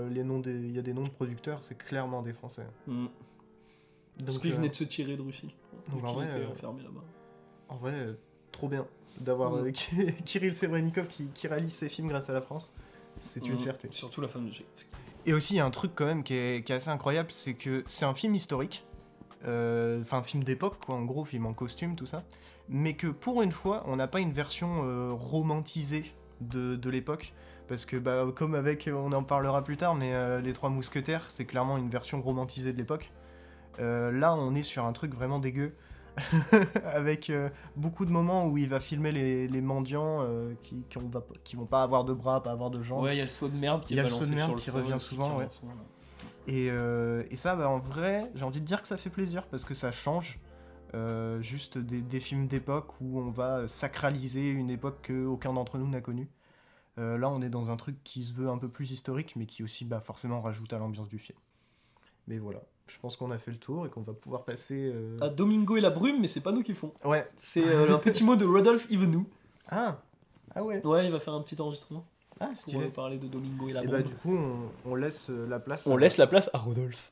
il y a des noms de producteurs, c'est clairement des Français. Mm. Parce Donc, qu'il venait de se tirer de Russie. donc, Donc en il vrai, était enfermé là-bas. En vrai, trop bien d'avoir Kirill Serebrennikov qui réalise ses films grâce à la France. C'est une fierté. Surtout la femme de Tchaïkovski. Et aussi, il y a un truc quand même qui est assez incroyable, c'est que c'est un film historique, enfin un film d'époque, quoi, en gros, film en costume, tout ça, mais que pour une fois, on n'a pas une version romantisée de l'époque. Parce que, bah, comme avec, on en parlera plus tard, mais Les Trois Mousquetaires, c'est clairement une version romantisée de l'époque. Là, on est sur un truc vraiment dégueu. Avec beaucoup de moments où il va filmer les mendiants qui vont pas avoir de bras, pas avoir de jambes. Ouais, il y a le saut de merde qui est balancé sur le qui sol revient aussi, souvent, qui ouais. revient souvent, là. Et ça, bah, en vrai, j'ai envie de dire que ça fait plaisir parce que ça change juste des films d'époque où on va sacraliser une époque qu'aucun d'entre nous n'a connue. Là, on est dans un truc qui se veut un peu plus historique, mais qui aussi forcément rajoute à l'ambiance du film. Mais voilà, je pense qu'on a fait le tour et qu'on va pouvoir passer... À Domingo et la brume, mais c'est pas nous qui le font. Ouais. C'est un petit mot de Rodolphe Evenou. Ah ouais. Ouais, il va faire un petit enregistrement Ah, pour stylé. parler de Domingo et la Et brume. bah du coup, on laisse la place... On laisse la place à Rodolphe.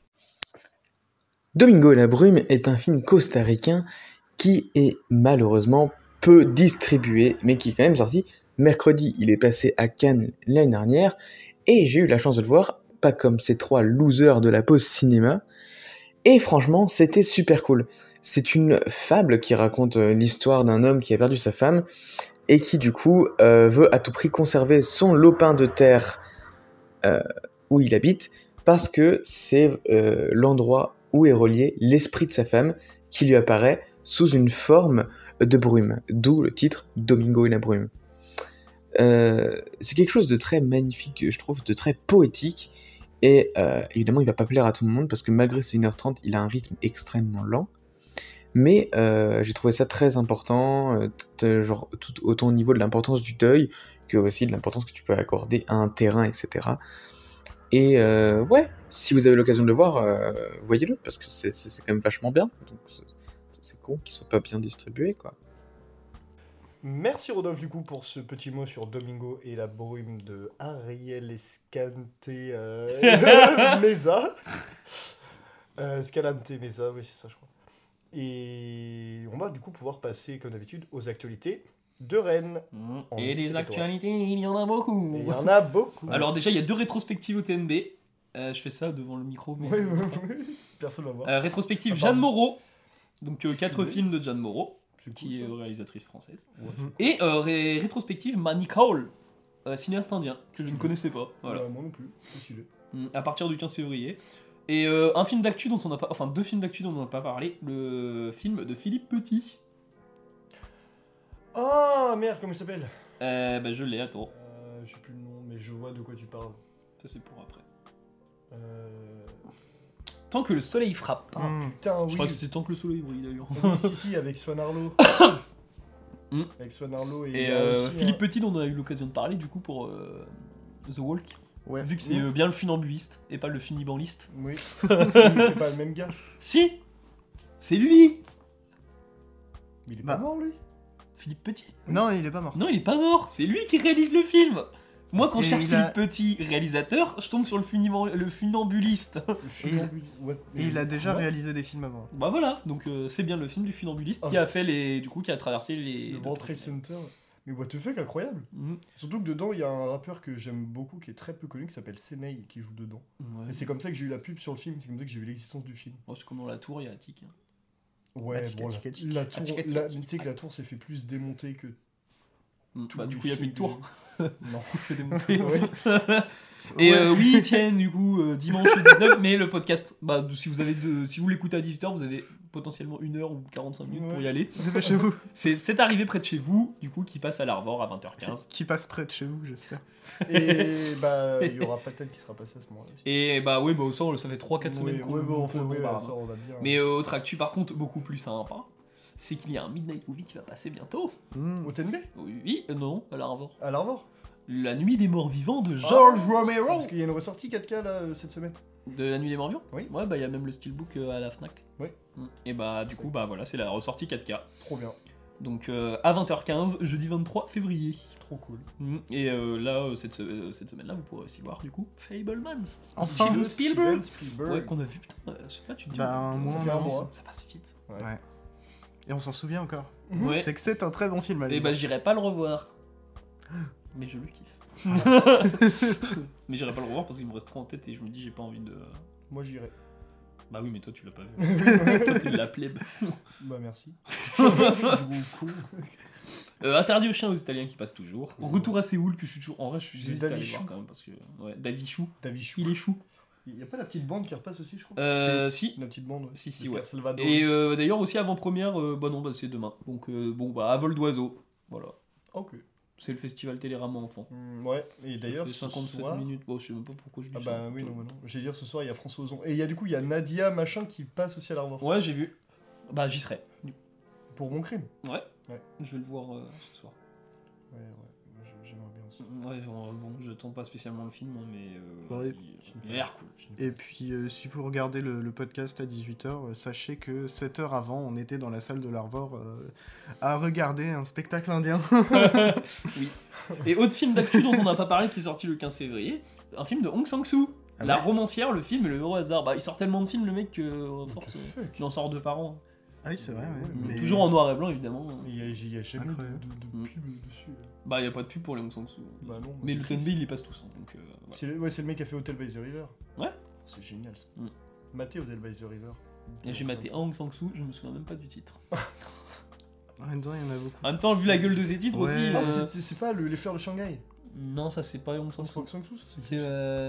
Domingo et la brume est un film costaricain qui est malheureusement peu distribué, mais qui est quand même sorti mercredi. Il est passé à Cannes l'année dernière, et j'ai eu la chance de le voir, pas comme ces 3 losers de la pause cinéma, et franchement, c'était super cool. C'est une fable qui raconte l'histoire d'un homme qui a perdu sa femme, et qui du coup veut à tout prix conserver son lopin de terre où il habite, parce que c'est l'endroit où est relié l'esprit de sa femme, qui lui apparaît sous une forme de brume, d'où le titre Domingo et la brume. C'est quelque chose de très magnifique, je trouve, de très poétique, et évidemment il va pas plaire à tout le monde, parce que malgré ses 1h30, il a un rythme extrêmement lent, mais j'ai trouvé ça très important, genre, tout autant au niveau de l'importance du deuil, que aussi de l'importance que tu peux accorder à un terrain, etc. Et ouais, si vous avez l'occasion de le voir, voyez-le, parce que c'est quand même vachement bien, donc c'est con qu'il soit pas bien distribué, quoi. Merci Rodolphe du coup pour ce petit mot sur Domingo et la brume de Ariel Escante Mesa. Escalante Mesa, oui c'est ça je crois. Et on va du coup pouvoir passer comme d'habitude aux actualités de Rennes. En Et ligne, les c'était actualités, il y en a beaucoup. Et il y en a beaucoup. Alors déjà, il y a 2 rétrospectives au TNB. Je fais ça devant le micro, mais... Oui. Personne va voir. Rétrospective Ah, Jeanne pardon. Moreau. Donc 4 Stylé. films de Jeanne Moreau, C'est qui est cool, ça. réalisatrice française. Ouais. Et rétrospective Manny Cole, cinéaste indien, que je ne connaissais pas. Voilà. Moi non plus, c'est stylé. À partir du 15 février. Et un film d'actu dont on n'a pas... Enfin, 2 films d'actu dont on n'a pas parlé. Le film de Philippe Petit. Ah merde, comment il s'appelle Je l'ai, attends. Je sais plus le nom, mais je vois de quoi tu parles. Ça, c'est pour après. Euh... Tant que le soleil frappe. Ah putain, oui. Je crois que c'était Tant que le soleil brille, d'ailleurs. Oui, si, avec Swan Arlo. Hmm. Avec Swan Arlo et, Et aussi, Philippe Petit, dont on a eu l'occasion de parler, du coup, pour The Walk. Ouais. Vu que c'est bien le funambuliste et pas le funibaliste. Oui, c'est pas le même gars. Si, c'est lui, Mais il est Bah. pas mort lui. Philippe Petit. Non, il est pas mort. Non, il est pas mort, c'est lui qui réalise le film. Moi, quand Et je cherche il a- Philippe Petit, réalisateur, je tombe sur le funambuliste. Et il a déjà réalisé des films avant. Bah voilà, donc c'est bien le film du funambuliste Ah. qui a fait qui a traversé les... Le World Trade Center. Mais what the fuck, incroyable. Mhm. Surtout que dedans, il y a un rappeur que j'aime beaucoup, qui est très peu connu, qui s'appelle Senei, qui joue dedans. Ouais. Et c'est comme ça que j'ai eu la pub sur le film, c'est comme ça que j'ai vu l'existence du film. Oh, c'est comme dans La Tour, il y a Attic. Hein. Ouais, Attic, bon, Attic, Attic. la tour, Attic, Attic, la- Attic. tu sais que la tour s'est fait plus démonter que tout. Bah, du le coup, il n'y a plus film de tour. Non. On se fait démonter. Ouais. Et Ouais. oui, tiens, du coup, dimanche le 19, mais le podcast, bah, si vous l'écoutez à 18h, vous avez potentiellement 1 heure ou 45 minutes pour y Ouais. aller. Dépêchez-vous. C'est arrivé près de chez vous, du coup, qui passe à l'Arvor à 20h15. Qui passe près de chez vous, j'espère. Et bah, il y aura Patel qui sera passé à ce moment-là aussi. Et bah, ouais, bah, ça fait 3-4 semaines qu'on Ouais, bon, enfin, qu'on ouais, bombarde. ça, on va bien. Mais autre actu, par contre, beaucoup plus sympa, c'est qu'il y a un Midnight Movie qui va passer bientôt. Au TNB Oui, non, à l'Arvor. À l'Arvor La Nuit des Morts Vivants de George Romero. Parce qu'il y a une ressortie 4K là cette semaine. De La Nuit des Morts Vivants Oui. Ouais, bah, il y a même le steelbook à la Fnac. Oui. Et bah, du coup, bah, voilà, c'est la ressortie 4K. Trop bien. Donc à 20h15, jeudi 23 février. Trop cool. Et là, cette semaine-là, vous pourrez aussi voir du coup Fablemans. Enfin. Steven Spielberg. Spielberg. Ouais, qu'on a vu, putain, je sais pas, tu te dis. Bah, un mois, fait un non, mois. Ça passe vite. Ouais. Et on s'en souvient encore. Ouais. C'est que c'est un très bon film. allez Et bah, voir. j'irai pas le revoir. Mais je le kiffe. Mais j'irai pas le revoir parce qu'il me reste trop en tête et je me dis, j'ai pas envie de. Moi j'irai. Bah oui, mais toi, tu l'as pas vu. Toi, t'es de la plèbe. Bah merci. Gros con. Interdit aux chiens aux Italiens qui passent toujours. Retour à Séoul, que je suis toujours. En vrai, je suis C'est hésité à aller Davichou. voir quand même parce que. Ouais, Davichou. Davichou. Il est chou. Il y a pas la petite bande qui repasse aussi, je crois. Si. La petite bande. Si, Le ouais. Père Salvador. Et d'ailleurs aussi avant-première, bah non, bah c'est demain. Donc à vol d'oiseau. Voilà. Ok. C'est le festival Télérama Enfant. Ouais, et Ça d'ailleurs, fait ce 57 soir... minutes. Bon, je sais même pas pourquoi je dis Ah ça. bah oui, non, non. J'allais dire, ce soir, il y a François Ozon. Et il y a du coup, il y a Nadia machin qui passe aussi à l'Armor. Ouais, j'ai vu. Bah j'y serai. Pour mon crime. Ouais. Ouais. Je vais le voir ce soir. Ouais, moi, j'aimerais bien aussi. Ouais, genre, bon, j'attends pas spécialement le film, hein, mais Ouais. il a l'air cool. Et puis, si vous regardez le podcast à 18h, sachez que 7 heures avant, on était dans la salle de l'Arvor à regarder un spectacle indien. Oui. Et autre film d'actu dont on n'a pas parlé qui est sorti le 15 février, un film de Hong Sang-soo. Ah La ouais romancière, le film et le heureux hasard. Bah, il sort tellement de films, le mec, que force, fuck il en sort 2 par an. Ah oui, c'est vrai, ouais. Mais- Toujours en noir et blanc, évidemment. Il y a jamais Incroyable. de pub dessus. Là. Bah, y a pas de pub pour les Hong Sang-soo. Bah non. Mais c'est le triste. TNB, il les passe tous. Hein, donc, voilà. C'est le mec qui a fait Hotel by the River. Ouais. C'est génial ça. Mm. Maté Hotel by the River. Et j'ai maté un Hong Sang-soo, je me souviens même pas du titre. En même temps, il y en a beaucoup. En même temps, vu la gueule de ces titres Ouais. aussi. Ah, c'est pas les fleurs de Shanghai. Non, ça c'est pas Hong C'est pas Sang-soo. Sang-soo, ça C'est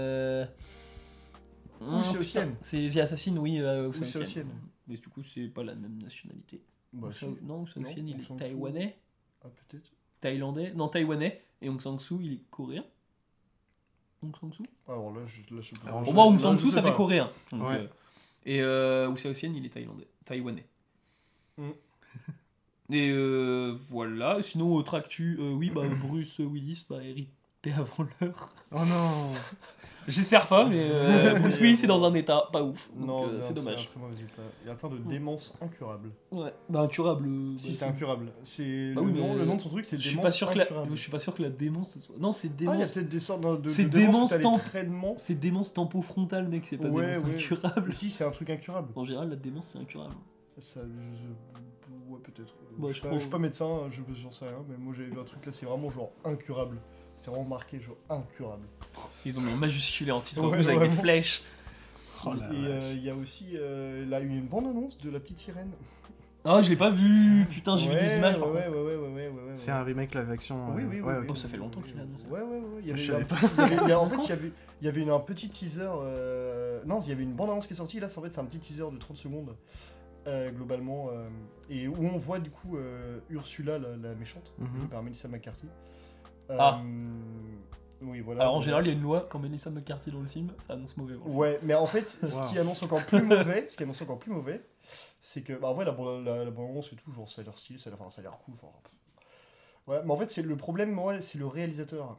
Ou c'est putain, Ocean. C'est The Assassin, oui. Ou c'est Ocean. Mais du coup, c'est pas la même nationalité. Bah, si. Non, Hong Sang-soo, il Hong est Sang-soo. taïwanais, Ah, peut-être. thaïlandais, non taïwanais, et Hong Sang-soo, il est coréen. Hong Sang-soo Alors là, je Alors, Pour moi, Hong là, Sang-soo, je ça sais fait pas. coréen. Donc, Ouais. Et Hussein Ocean, il est taïwanais. Mm. Et voilà. Sinon, autre actu, oui, bah Bruce Willis, bah RIP avant l'heure. Oh non. J'espère pas, mais Bruce Willis est dans un état pas ouf. Donc Non, c'est dommage. Très mauvais état. Il est atteint de démence incurable. Ouais, bah incurable. Si, c'est incurable. C'est Bah oui, le mais nom de son truc, c'est je démence suis pas sûr que incurable. je suis pas sûr que la démence ce soit. Non, c'est Ah, il y a démence. peut-être des sortes de C'est démence où t'as démence les traitements. C'est démence tempo-frontale, mec, c'est pas démence incurable. Si, c'est un truc incurable. En général, la démence, c'est incurable. Ça, ouais, peut-être. Bah, Je suis pas médecin, j'en sais rien, mais moi j'avais vu un truc là, c'est vraiment genre incurable. C'est vraiment marqué genre incurable. Ils ont mis en majuscule et en titre Ouais, rouge avec des vraiment. flèches. Oh la Et vache. il y a aussi là, une bande-annonce de La Petite Sirène. Ah, je l'ai pas vu. Putain, j'ai vu des images par Ouais, contre. ouais. C'est un remake live action. Oui, oui, oui. ouais, oui. Oh, ça fait longtemps qu'il a annoncé. Ouais. Il y avait Je eu un savais petit- il y avait- il y a- en fait, Cinq il y avait un petit teaser. Non, il y avait une bande-annonce qui est sortie. Là, en fait, c'est un petit teaser de 30 secondes, globalement. Et où on voit du coup Ursula, la méchante, Mhm. jouée par Melissa McCarthy. Ah. Oui, voilà. Alors en général, il y a une loi quand Melissa McCarthy dans le film, ça annonce mauvais. Ouais, mais en fait, Wow. ce qui annonce encore plus mauvais, c'est que, bah, en vrai, la bande-annonce et tout, genre, ça a l'air stylé, ça a l'air cool. Enfin, ouais, mais en fait, c'est le problème, moi, c'est le réalisateur.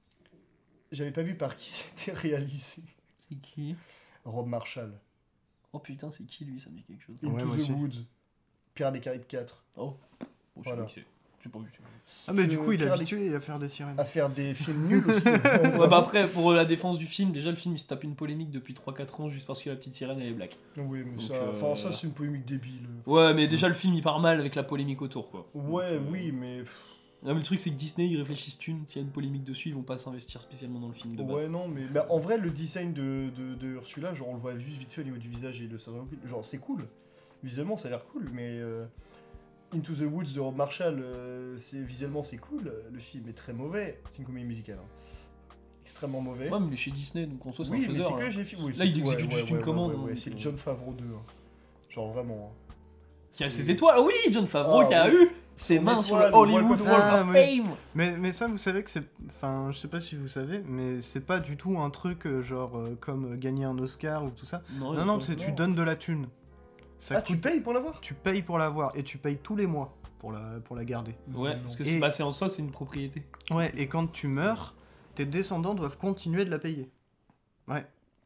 J'avais pas vu par qui c'était réalisé. C'est qui? Rob Marshall. Oh putain, c'est qui lui? Ça me dit quelque chose. Ouais, Into moi the aussi. Woods. Pirates des Caraïbes 4. Oh, bon, je sais Voilà. pas qui c'est. J'ai pas vu. Ah, mais du coup, il est Pirates des- habitué à faire des sirènes. à faire des films nuls aussi. Ouais, bah après, pour la défense du film, déjà le film il se tape une polémique depuis 3-4 ans juste parce que la petite sirène elle est black. Oui, mais Donc, ça, euh, ça c'est une polémique débile. Ouais, mais déjà le film il part mal avec la polémique autour quoi. Ouais, Donc, oui, mais. Non, mais le truc c'est que Disney ils réfléchissent thunes, s'il y a une polémique dessus, ils vont pas s'investir spécialement dans le film de base. Ouais, non, mais bah, en vrai, le design de Ursula, genre, on le voit juste vite fait au niveau du visage et de sa genre, c'est cool. Visuellement, ça a l'air cool, mais Into the Woods de Rob Marshall, visuellement, c'est cool. Le film est très mauvais. C'est une comédie musicale. Hein. Extrêmement mauvais. Ouais, mais il est chez Disney donc en soi c'est oui, un mais faiseur. c'est que Hein. j'ai fait. Oui, Là, il c'est- exécute juste une commande, hein, c'est donc, John Favreau 2. Hein. Genre, vraiment. Hein. Qui a ses étoiles, oui, John Favreau Ah, qui a oui. eu ses Son mains sur étoile, le Hollywood le Walk Ah, of ouais. Fame. Mais ça, vous savez que c'est. Enfin, je sais pas si vous savez, mais c'est pas du tout un truc genre comme gagner un Oscar ou tout ça. Non, non, c'est tu non. donnes de la thune. Ça Ah, tu coûte- payes pour l'avoir tu payes pour l'avoir et tu payes tous les mois pour la garder. Ouais, parce que Et- c'est passé en soi, c'est une propriété. Ouais, et quand tu meurs, tes descendants doivent continuer de la payer. Ouais.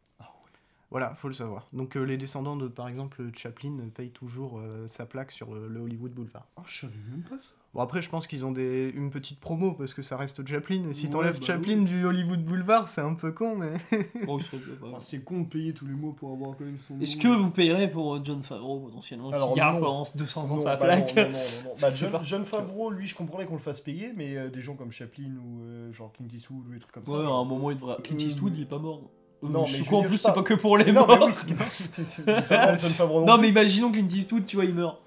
Voilà, faut le savoir. Donc les descendants de, par exemple, Chaplin payent toujours sa plaque sur le Hollywood Boulevard. Ah, je savais même pas ça. Bon, après, je pense qu'ils ont une petite promo parce que ça reste Chaplin. Et si Ouais, t'enlèves bah Chaplin oui. du Hollywood Boulevard, c'est un peu con, mais. Bon, il serait pas mal. Ah, c'est con de payer tous les mois pour avoir quand même son. Est-ce nom. que vous payerez pour John Favreau potentiellement Alors, qui garde non. pendant 200 ans Non, sa bah plaque? non. Bah, Je sais pas. John Favreau, lui, je comprendrais qu'on le fasse payer, mais des gens comme Chaplin ou genre Clint Eastwood ou des trucs comme Ouais, ça. à un moment il devra. Clint Eastwood il est pas mort. Non, je mais suis je quoi en veux plus, dire, c'est pas que pour les Non, morts. mais oui, c'est pas John Favreau Non, mais imaginons Clint Eastwood, tu vois, il meurt.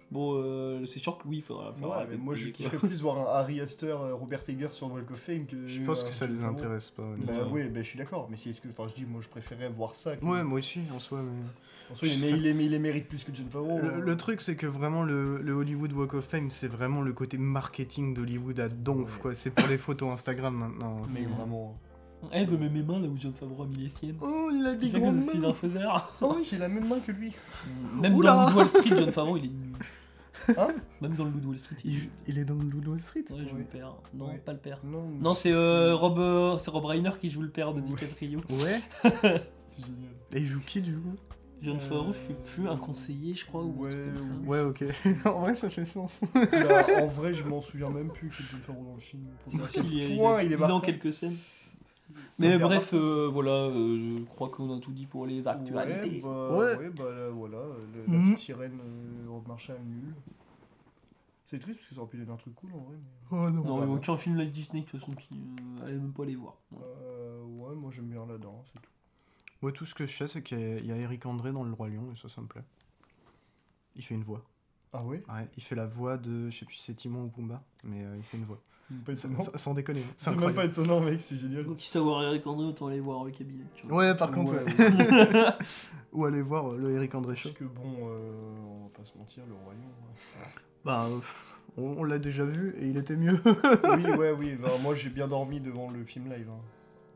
Bon, c'est sûr que oui, il faudra faire. Ouais, mais moi je kifferais plus voir un Harry Astor, Robert Eggers sur Walk of Fame que. Je pense que ça les intéresse pas. Bah oui, bah, je suis d'accord, mais si est-ce que. Enfin, je dis, moi je préférais voir ça. Que... Ouais, moi aussi, en soi, mais. En soi, il les mérite plus que Jon Favreau. Le truc, c'est que vraiment, le Hollywood Walk of Fame, c'est vraiment le côté marketing d'Hollywood à donf, Ouais. quoi. C'est pour les photos Instagram maintenant. Mais c'est- vraiment. Eh, de mes mains là où Jon Favreau a mis les siennes. Oh, il a Qui des fait que grandes je suis mains. un faiseur. Oh oui, j'ai la même main que lui. Même Oula. dans le Wall Street, Jon Favreau, il est nul. Hein? Même dans le Wall Street, il est nul. Il est dans le Loup Wall Street. Ouais, il joue Ouais. le père. Non, Ouais. pas le père. Non, Non, c'est Rob Reiner qui joue le père de Ouais. DiCaprio. Ouais. c'est génial. Et il joue qui, du coup? Jon Favreau, je sais plus, un conseiller, je crois, ou un truc comme ça. Ouais, ok. En vrai, ça fait sens. Là, en vrai, je m'en souviens même plus que Jon Favreau dans le film. Pour Si, dire à si, quel il est point il est dans marquant. quelques scènes. Mais Hyper bref, voilà, je crois qu'on a tout dit pour les Ouais, actualités. bah, Ouais. ouais, bah là, voilà, la Mhm. petite sirène Rob Marshall nul. C'est triste parce que ça aurait pu donner un truc cool en vrai. Mais... Oh Non, il n'y a bah. aucun film live Disney de toute façon qui allez même pas les voir. Ouais. Ouais, moi j'aime bien là-dedans, c'est tout. Moi, tout ce que je sais, c'est qu'il y a Eric André dans Le Roi Lion, et ça me plaît. Il fait une voix. Ah ouais? Ouais, il fait la voix de, je sais plus si c'est Timon ou Pumba, mais il fait une voix. C'est même pas étonnant. Sans déconner. C'est même pas étonnant, mec, c'est génial. Donc, quitte à voir Eric André, autant aller voir le cabinet. Tu vois. Ouais, par contre, Ouais, ouais. Ou aller voir le Eric André Show. Parce que bon, on va pas se mentir, le royaume. Bah, on l'a déjà vu et il était mieux. Oui, bah, moi j'ai bien dormi devant le film live. Hein.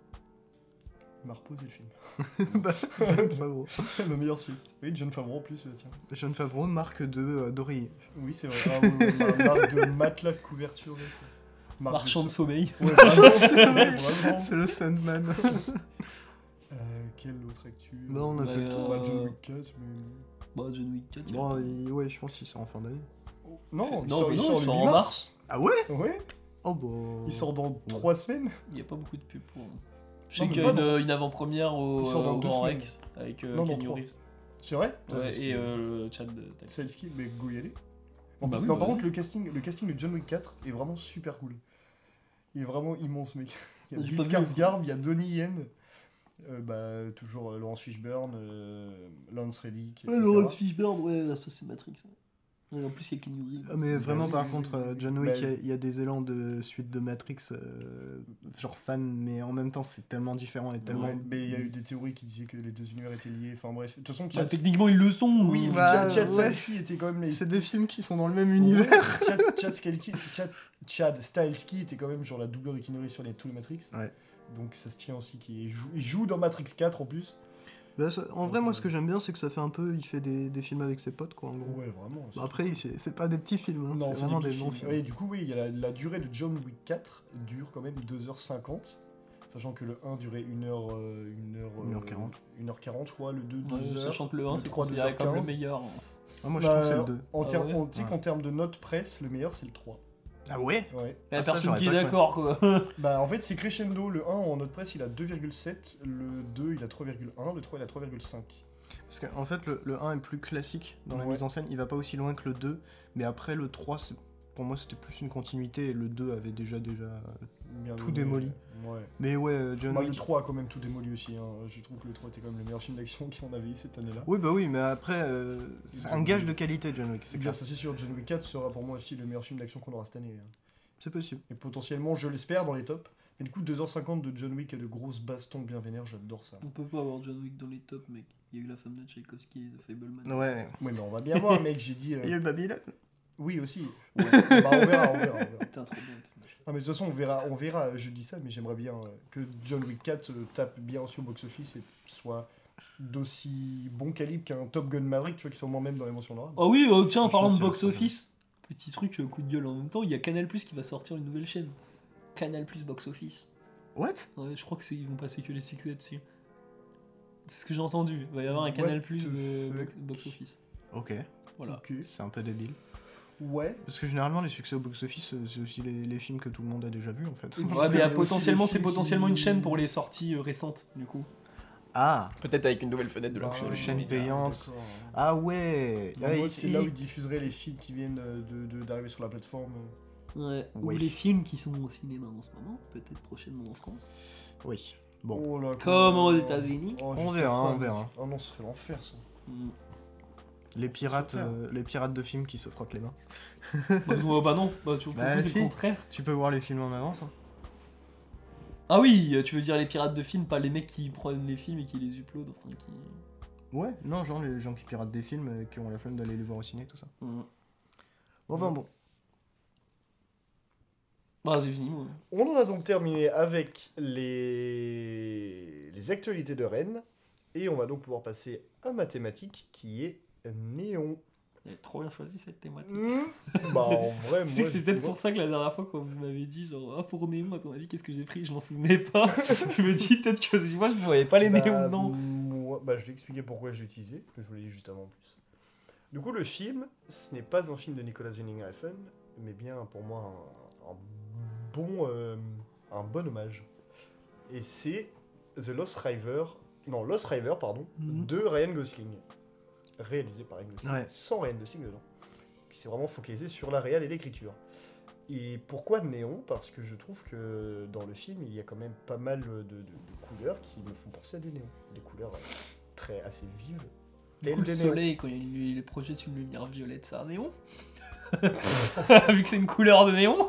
Il m'a reposé le film. Bah, John Favreau. Le meilleur sieste. Oui, Jon Favreau en plus, tiens. John Favreau, marque d'oreiller. Oui, c'est vrai. Ah, ouais, marque de matelas de couverture. mec. Marque Marchand de sommeil. Ouais, vraiment. Vraiment. C'est le Sandman. Quelle autre actu Non, on a fait le tour. Bah, John Wick 4, mais... Bah, John Wick 4. Bon, ouais, je pense qu'il sort en fin d'année. Non, Non, mais il non, sort il le sort 8 en mars. Ah ouais? Ouais, Oh bah. il sort dans 3 semaines. Il n'y a pas beaucoup de pub pour. Je Non, sais mais qu'il y a pas une avant-première au Il sort dans au 2 Grand semaines. Rex avec Non, dans Kenny 3. Reeves. C'est vrai? Ouais, et Chad Taylor. Selski, mais go y aller. Bah oui, non, bah par vas-y. contre, le casting de John Wick 4 est vraiment super cool. Il est vraiment immense, mec. Il y a J'ai Bill pas vu. Skarsgård, il y a Donnie Yen, toujours Laurence Fishburne, Lance Reddick, etc. Fishburne, ouais, ça c'est Matrix. Ouais, en plus, il y a Kenny Reeves. Ah, mais vraiment, oui, par oui, contre, oui. John Wick, Bah, il y a des élans de suite de Matrix, genre fan, mais en même temps, c'est tellement différent et tellement. Ouais, mais il y a eu des théories qui disaient que les deux univers étaient liés. Enfin bref, de toute façon, Bah, Chad, techniquement, ils le sont. oui, mais bah, Chad ouais. Stahelski était quand même les. C'est des films qui sont dans le même univers. Chad Stahelski était quand même genre la doubleur de Keanu Reeves sur tous les Matrix. Ouais. Donc ça se tient aussi qu'il joue dans Matrix 4 en plus. Bah, en vrai, moi, ce que j'aime bien, c'est que ça fait un peu. Il fait des films avec ses potes, quoi, en gros. Ouais, vraiment. Bah, après, c'est pas des petits films, hein, c'est vraiment des bons films. Et du coup, oui, il y a la durée de John Wick 4 dure quand même 2h50. Sachant que le 1 durait 1h40, 1h40, je crois, le 2, 2 Ouais, heures. sachant que le 1, le c'est 3, considéré comme le 2h15. meilleur. Ah, moi, je trouve que c'est le 2. En Ah termes- ouais. on- Tu sais qu'en termes de notes presse, le meilleur c'est le 3. Ah ouais? Ouais. Il y a Ah, ça, personne j'aurais qui est pas cru. d'accord, quoi. Bah en fait c'est crescendo, le 1 en note presse il a 2,7, le 2 il a 3,1, le 3 il a 3,5. Parce qu'en fait, le 1 est plus classique dans la Ouais. mise en scène, il va pas aussi loin que le 2, mais après, le 3, pour moi, c'était plus une continuité, et le 2 avait déjà Bien tout donné. démoli. Ouais. Mais ouais, John Moi, le Wick. 3 a quand même tout démoli aussi, hein. Je trouve que le 3 était quand même le meilleur film d'action qu'on avait eu cette année-là. Oui, bah oui, mais après, c'est un gage de qualité, John Wick, c'est C'est bien, clair. ça c'est sûr, John Wick 4 sera pour moi aussi le meilleur film d'action qu'on aura cette année. hein. C'est possible. Et potentiellement, je l'espère, dans les tops. Mais du coup, 2h50 de John Wick et de grosses bastons bien vénères, j'adore ça. On peut pas avoir John Wick dans les tops, mec. Il y a eu la femme de Tchaïkovski et The Fableman. Ouais. Oui, mais on va bien voir, mec, j'ai dit... Il y a eu Babylone. Oui, aussi. Ouais. Bah, on verra. Putain, trop bien. ce machin. Ah mais de toute façon on verra, je dis ça mais j'aimerais bien que John Wick 4 tape bien aussi au box-office et soit d'aussi bon calibre qu'un Top Gun Maverick, tu vois, qui sont moi-même dans les mentions noires. Oh oui, tiens, en Franchement, parlant de c'est box-office, petit truc, coup de gueule en même temps, il y a Canal Plus qui va sortir une nouvelle chaîne. Canal Plus box-office. What? Ouais, je crois que ils vont passer que les succès dessus. C'est ce que j'ai entendu. Il va y avoir un What Canal Plus the de fuck. box-office. Ok. Voilà. Ok. C'est un peu débile. Ouais. Parce que généralement, les succès au box-office, c'est aussi les films que tout le monde a déjà vus, en fait. Oui. Ouais, mais aussi potentiellement, les c'est films potentiellement qui- une chaîne pour les sorties récentes, du coup. Ah! Peut-être avec une nouvelle fenêtre de Bah, l'action. chaîne payante. d'accord. Ah ouais! En Ouais, gros, ici- c'est là où ils diffuseraient les films qui viennent d'arriver sur la plateforme. Ouais. Ou Oui. les films qui sont au cinéma en ce moment, peut-être prochainement en France. Oui. Bon. Oh là, Comme aux États-Unis. Oh, On je sais verra, pas. on verra. Oh non, ce serait l'enfer ça. Mm. Les pirates Super. de films qui se frottent les mains. Bah non, bah, pour Bah, le coup, c'est si. le contraire. Tu peux voir les films en avance. Hein. Ah oui, tu veux dire les pirates de films, pas les mecs qui prennent les films et qui les uploadent, enfin qui... Ouais, non, genre les gens qui piratent des films et qui ont la flemme d'aller les voir au ciné, tout ça. Enfin Bon. Bah c'est fini, moi. On en a donc terminé avec les actualités de Rennes. Et on va donc pouvoir passer à ma thématique qui est Néon. J'ai trop bien choisi cette thématique. Bah en vrai, Tu sais que c'est peut-être pour ça que la dernière fois quand vous m'avez dit genre ah pour Néon à ton avis qu'est-ce que j'ai pris, je m'en souvenais pas. Je me dis peut-être que moi je ne voyais pas les néons dedans. Bah je vais expliquer pourquoi je l'ai utilisé, que je vous l'ai dit juste avant en plus. Du coup le film, ce n'est pas un film de Nicolas Winding Refn, mais bien pour moi un bon hommage. Et c'est Lost River, de Ryan Gosling. Réalisé par Ryan Gosling, Ouais. sans Ryan Gosling dedans. Qui s'est vraiment focalisé sur la réal et l'écriture. Et pourquoi néon? Parce que je trouve que dans le film, il y a quand même pas mal de couleurs qui me font penser à des néons. Des couleurs assez vives. Du coup, le Telles des néons. soleil, quand il projette une lumière violette, c'est un néon. Vu que c'est une couleur de néon.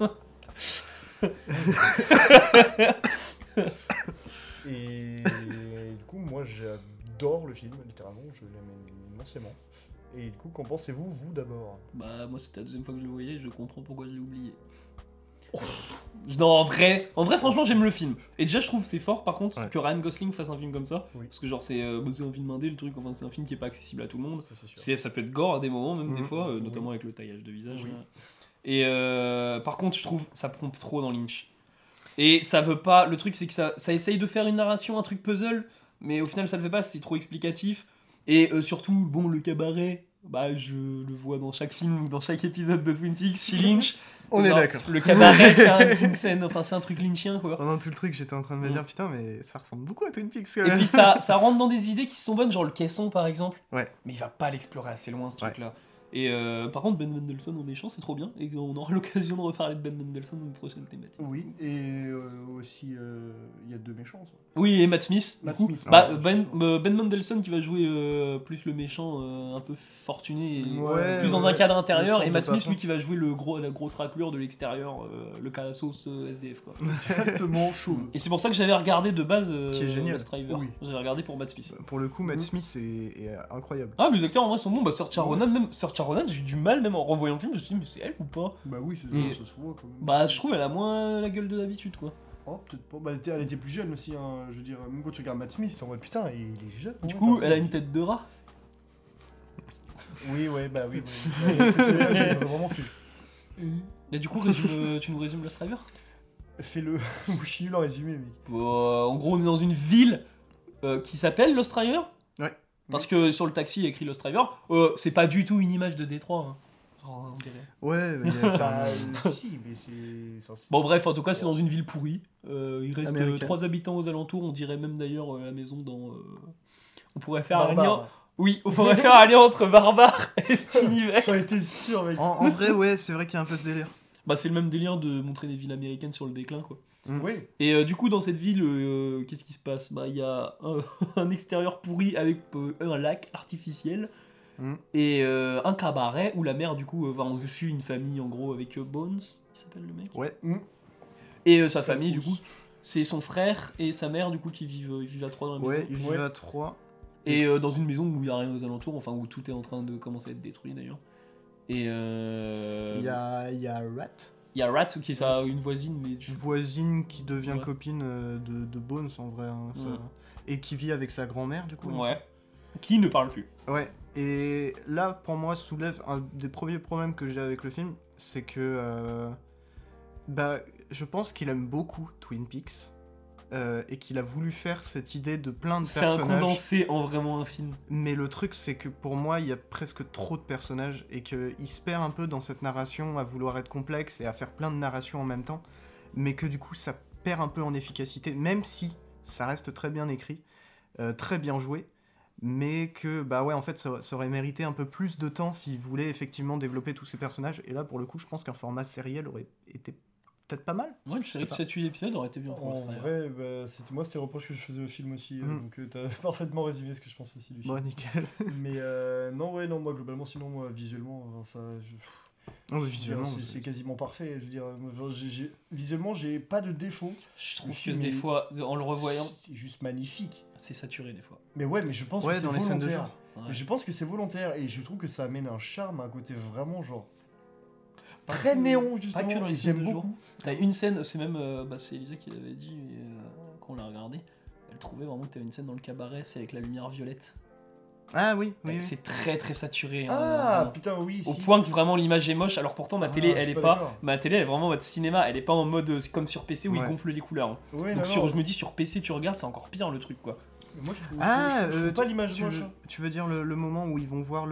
Et du coup, moi j'adore le film, littéralement, je l'aime immensément. Et du coup, qu'en pensez-vous, vous d'abord? Bah, moi, c'était la deuxième fois que je le voyais, je comprends pourquoi je l'ai oublié. Non, en vrai, franchement, j'aime le film. Et déjà, je trouve c'est fort, par contre, Ouais. que Ryan Gosling fasse un film comme ça. Oui. Parce que, genre, c'est un film indé, le truc, enfin, c'est un film qui est pas accessible à tout le monde. Ça, c'est sûr. Ça peut être gore à des moments, même des Mhm. fois, notamment avec le taillage de visage. Oui. Là. Et par contre, je trouve ça pompe trop dans Lynch. Et ça veut pas. Le truc, c'est que ça essaye de faire une narration, un truc puzzle, mais au final, ça le fait pas, c'est trop explicatif. Et surtout, bon, le cabaret, bah, je le vois dans chaque film ou dans chaque épisode de Twin Peaks chez Lynch. On est Genre, d'accord. Le cabaret, c'est une scène, enfin, c'est un truc lynchien, quoi. Pendant tout le truc, j'étais en train de me Mm. dire, putain, mais ça ressemble beaucoup à Twin Peaks quand Et même. puis ça rentre dans des idées qui sont bonnes, genre le caisson par exemple. Ouais. Mais il va pas l'explorer assez loin ce Ouais. truc-là. Et par contre, Ben Mendelsohn en méchant, c'est trop bien. Et on aura l'occasion de reparler de Ben Mendelsohn dans une prochaine thématique. Oui, et aussi, il y a deux méchants. Ça. Oui, et Matt Smith. Du Matt coup. Smith. Bah, Ah, ben Mendelsohn qui va jouer plus le méchant un peu fortuné, et Ouais, plus dans ouais. un cadre Le intérieur. centre Et de Matt Smith, patron. lui, qui va jouer la grosse raclure de l'extérieur, le cas à sauce SDF. Quoi. Exactement chaud. Et c'est pour ça que j'avais regardé de base Qui est génial. Lost River. Oui. J'avais regardé pour Matt Smith. Pour le coup, Matt Mm. Smith est incroyable. Ah, les acteurs en vrai sont bons. Bah, Saoirse Ronan, j'ai eu du mal, même en revoyant le film, je me suis dit, mais c'est elle ou pas? Bah oui, Et- ça se voit quand même. Bah, je trouve elle a moins la gueule de d'habitude, quoi. Oh, peut-être pas. Bah, elle était plus jeune aussi, hein. Je veux dire, même quand tu regardes Matt Smith, c'est en mode putain, il est jeune. Du ouais, coup, comme elle a ça. une tête de rat. Oui, ouais, bah oui. Ouais, j'ai vraiment fait. Et du coup, tu nous résumes Lost River? Fais-le. Je suis nul en résumé, mec. En gros, on est dans une ville qui s'appelle Lost River. Ouais. Parce que sur le taxi, il y a écrit Lost River. C'est pas du tout une image de Détroit. Hein. Genre, on dirait. Ouais, mais il y a Bah, carrément- si, mais c'est. Enfin, c'est- Bon, bref, en tout cas, c'est dans une ville pourrie. Il reste Américaine. 3 habitants aux alentours. On dirait même d'ailleurs la maison dans. On pourrait faire un lien. Barbare. Oui, on pourrait faire un lien entre Barbare et cet univers. J'en étais sûr, mec. En vrai, ouais, c'est vrai qu'il y a un peu ce délire. Bah, c'est le même délire de montrer des villes américaines sur le déclin, quoi. Oui. Et du coup, dans cette ville, qu'est-ce qui se passe? Bah, il y a un extérieur pourri avec un lac artificiel Mm. et un cabaret où la mère, du coup, on suit une famille en gros avec Bones, qui s'appelle le mec. Ouais. Et sa famille, du coup, c'est son frère et sa mère, du coup, qui vivent à trois dans la maison. Ouais, ils vivent Ouais. à 3. Et dans une maison où il n'y a rien aux alentours, enfin où tout est en train de commencer à être détruit d'ailleurs. Et Il y a Rat, il y a Rat qui est une voisine, mais une voisine qui devient Ouais. copine de Bones en vrai. Hein, ça. Ouais. Et qui vit avec sa grand-mère, du coup. il me ouais, qui ne parle plus. Ouais, et là, pour moi, soulève un des premiers problèmes que j'ai avec le film, c'est que bah, je pense qu'il aime beaucoup Twin Peaks et qu'il a voulu faire cette idée de plein de C'est un personnages. condensé en vraiment un film. Mais le truc, c'est que pour moi, il y a presque trop de personnages et qu'il se perd un peu dans cette narration à vouloir être complexe et à faire plein de narrations en même temps, mais que du coup, ça perd un peu en efficacité, même si ça reste très bien écrit, très bien joué, mais que, bah ouais, en fait, ça aurait mérité un peu plus de temps s'il voulait effectivement développer tous ces personnages. Et là, pour le coup, je pense qu'un format sériel aurait été peut-être pas mal. Ouais, je savais que 7-8 épisodes aurait été bien pour En ça. vrai, moi c'était le reproche que je faisais au film aussi, donc t'as parfaitement résumé ce que je pense aussi du film. Bon, nickel. Mais non, moi globalement, sinon, moi, visuellement, ça, Visuellement, c'est quasiment parfait. Je veux dire, visuellement, j'ai pas de défaut. Je trouve que film des est- fois, en le revoyant, C'est juste magnifique. c'est saturé des fois. Mais ouais, mais je pense que Ouais, c'est dans les scènes de volontaire. genre. Ouais. Mais je pense que c'est volontaire et je trouve que ça amène un charme, un côté vraiment genre Pas très que- néon Pas justement. que dans les et scènes j'aime de jour. beaucoup. T'as une scène, c'est même, c'est Elisa qui l'avait dit quand on l'a regardé. Elle trouvait vraiment que t'avais une scène dans le cabaret, c'est avec la lumière violette. Ah oui, Et oui. c'est très très saturé. hein, Ah vraiment. putain oui. Au si. point que vraiment l'image est moche. Alors pourtant ma télé, Ah, je elle suis est pas pas. d'accord. Ma télé, elle est vraiment en mode cinéma. Elle est pas en mode comme sur PC où il Ouais. gonfle les couleurs. hein. Ouais, Donc non. je me dis sur PC, tu regardes, c'est encore pire le truc quoi. Moi je trouve, Ah, je trouve pas l'image moche. hein. tu veux dire le moment où ils vont voir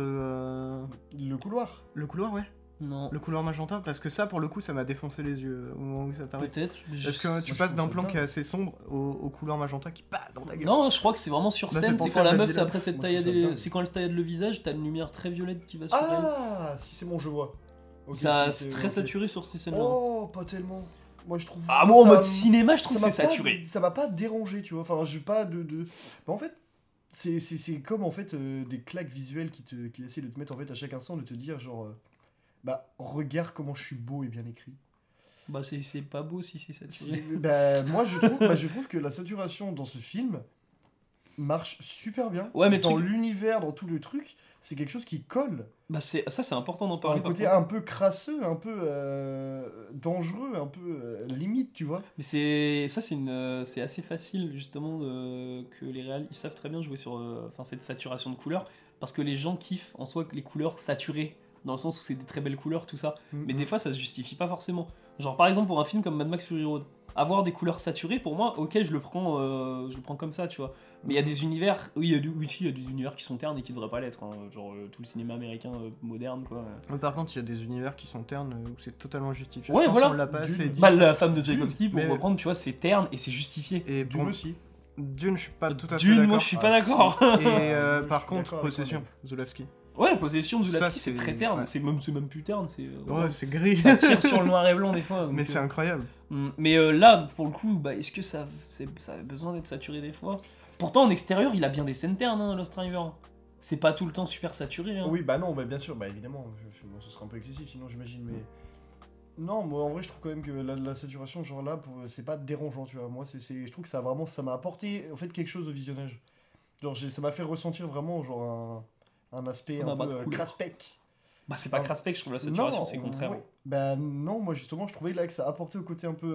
Le couloir. le couloir, ouais. Non. Le couloir magenta, parce que ça, pour le coup, ça m'a défoncé les yeux au moment où ça apparaît. Peut-être. mais Parce que Moi, tu je passes trouve d'un ça plan dingue. qui est assez sombre au couloir magenta qui bat dans ta gueule. Non, je crois que c'est vraiment sur Ça fait scène. C'est penser quand à la la meuf, c'est Violette. après cette Moi, je trouve taillade. ça dingue. C'est quand elle se taillade le visage, t'as une lumière très violette qui va sur elle. Ah, si c'est bon, je vois. Ok, C'est très saturé sur ces scènes-là. Oh, pas tellement. Moi je trouve. Ah, moi en ça- mode cinéma, je trouve que ça c'est m'a pas- saturé. Ça m'a pas dérangé, tu vois. Enfin, j'ai pas de. Mais en fait, c'est comme en fait des claques visuelles qui essaient de te mettre en fait à chaque instant de te dire genre bah regarde comment je suis beau et bien écrit. Bah, c'est pas beau si c'est saturé. Moi je trouve que la saturation dans ce film marche super bien. Ouais, mais le dans truc- l'univers, dans tout le truc, c'est quelque chose qui colle. Bah, ça, c'est important d'en Un parler. par côté contre. un peu crasseux, un peu dangereux, un peu limite, tu vois. Mais c'est assez facile justement que les réals ils savent très bien jouer sur cette saturation de couleurs parce que les gens kiffent en soi les couleurs saturées dans le sens où c'est des très belles couleurs tout ça. Mais des fois ça se justifie pas forcément. Genre par exemple pour un film comme Mad Max Fury Road, avoir des couleurs saturées pour moi, ok je le prends comme ça tu vois. Mais il y a des univers, oui il y a des univers qui sont ternes et qui devraient pas l'être, hein. Genre tout le cinéma américain moderne quoi. Mais par contre, il y a des univers qui sont ternes où c'est totalement justifié. Ouais, Je pense voilà. qu'on l'a pas assez dit. Bah la femme de Tchaïkovski pour Mais- reprendre tu vois c'est terne et c'est justifié. Et Dune pour aussi. Dune, je suis pas tout à fait Dune d'accord. moi je suis pas Ah, d'accord. Et Je par suis contre, d'accord avec Possession, toi, Zulawski. Ouais, Possession de Ça, Zulawski, c'est c'est- très terne. ouais. C'est même plus terne. C'est, Ouais, c'est gris. ça tire sur le noir et blanc des fois. donc, Mais c'est incroyable. Mais là, pour le coup, bah, est-ce que ça a besoin d'être saturé des fois? Pourtant, en extérieur, il a bien des scènes ternes, hein, Lost River. C'est pas tout le temps super saturé. Hein. Oui, bah non, bah bien sûr, bah évidemment, bon, ce serait un peu excessif sinon j'imagine, mais... Non, moi en vrai je trouve quand même que la saturation, genre là, c'est pas dérangeant, tu vois, moi je trouve que ça m'a apporté en fait quelque chose au visionnage. Genre ça m'a fait ressentir vraiment genre un aspect On a un pas peu de couleur. craspec. Bah, c'est pas Ah. craspec, je trouve la saturation, c'est le contraire. ouais. Bah non, moi justement je trouvais là que ça apportait au côté un peu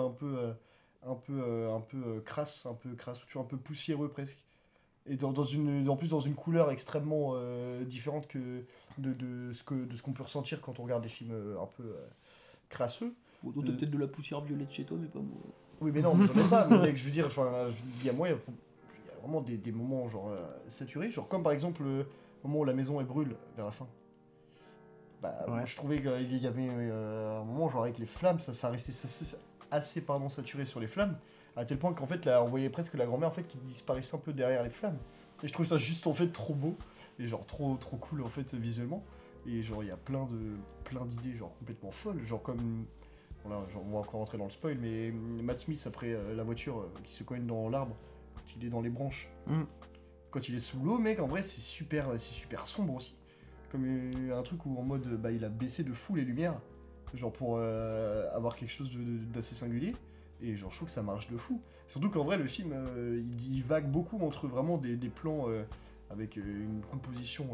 crasse, ou tu vois, un peu poussiéreux presque. Et en plus dans une couleur extrêmement différente que de ce qu'on peut ressentir quand on regarde des films un peu crasseux. Bon, toi, t'as peut-être de la poussière violette chez toi, mais pas moi. Oui, mais non, j'en ai pas. Mais mec, je veux dire, il y a vraiment des moments genre saturés, genre comme par exemple le moment où la maison elle brûle vers la fin. Bah, Ouais. moi, je trouvais qu'il y avait un moment genre avec les flammes, ça restait assez saturé sur les flammes, à tel point qu'en fait là, on voyait presque la grand-mère en fait qui disparaissait un peu derrière les flammes. Et je trouvais ça juste en fait trop beau et genre trop cool en fait visuellement. Et genre il y a plein d'idées genre complètement folles, genre comme voilà, genre, on va encore rentrer dans le spoil, mais Matt Smith après la voiture qui se cogne dans l'arbre, quand il est dans les branches, quand il est sous l'eau, mec, en vrai c'est super sombre aussi. Comme un truc où en mode bah il a baissé de fou les lumières, genre pour avoir quelque chose d'assez singulier. Et genre je trouve que ça marche de fou. Surtout qu'en vrai le film il vague beaucoup entre vraiment des plans avec une composition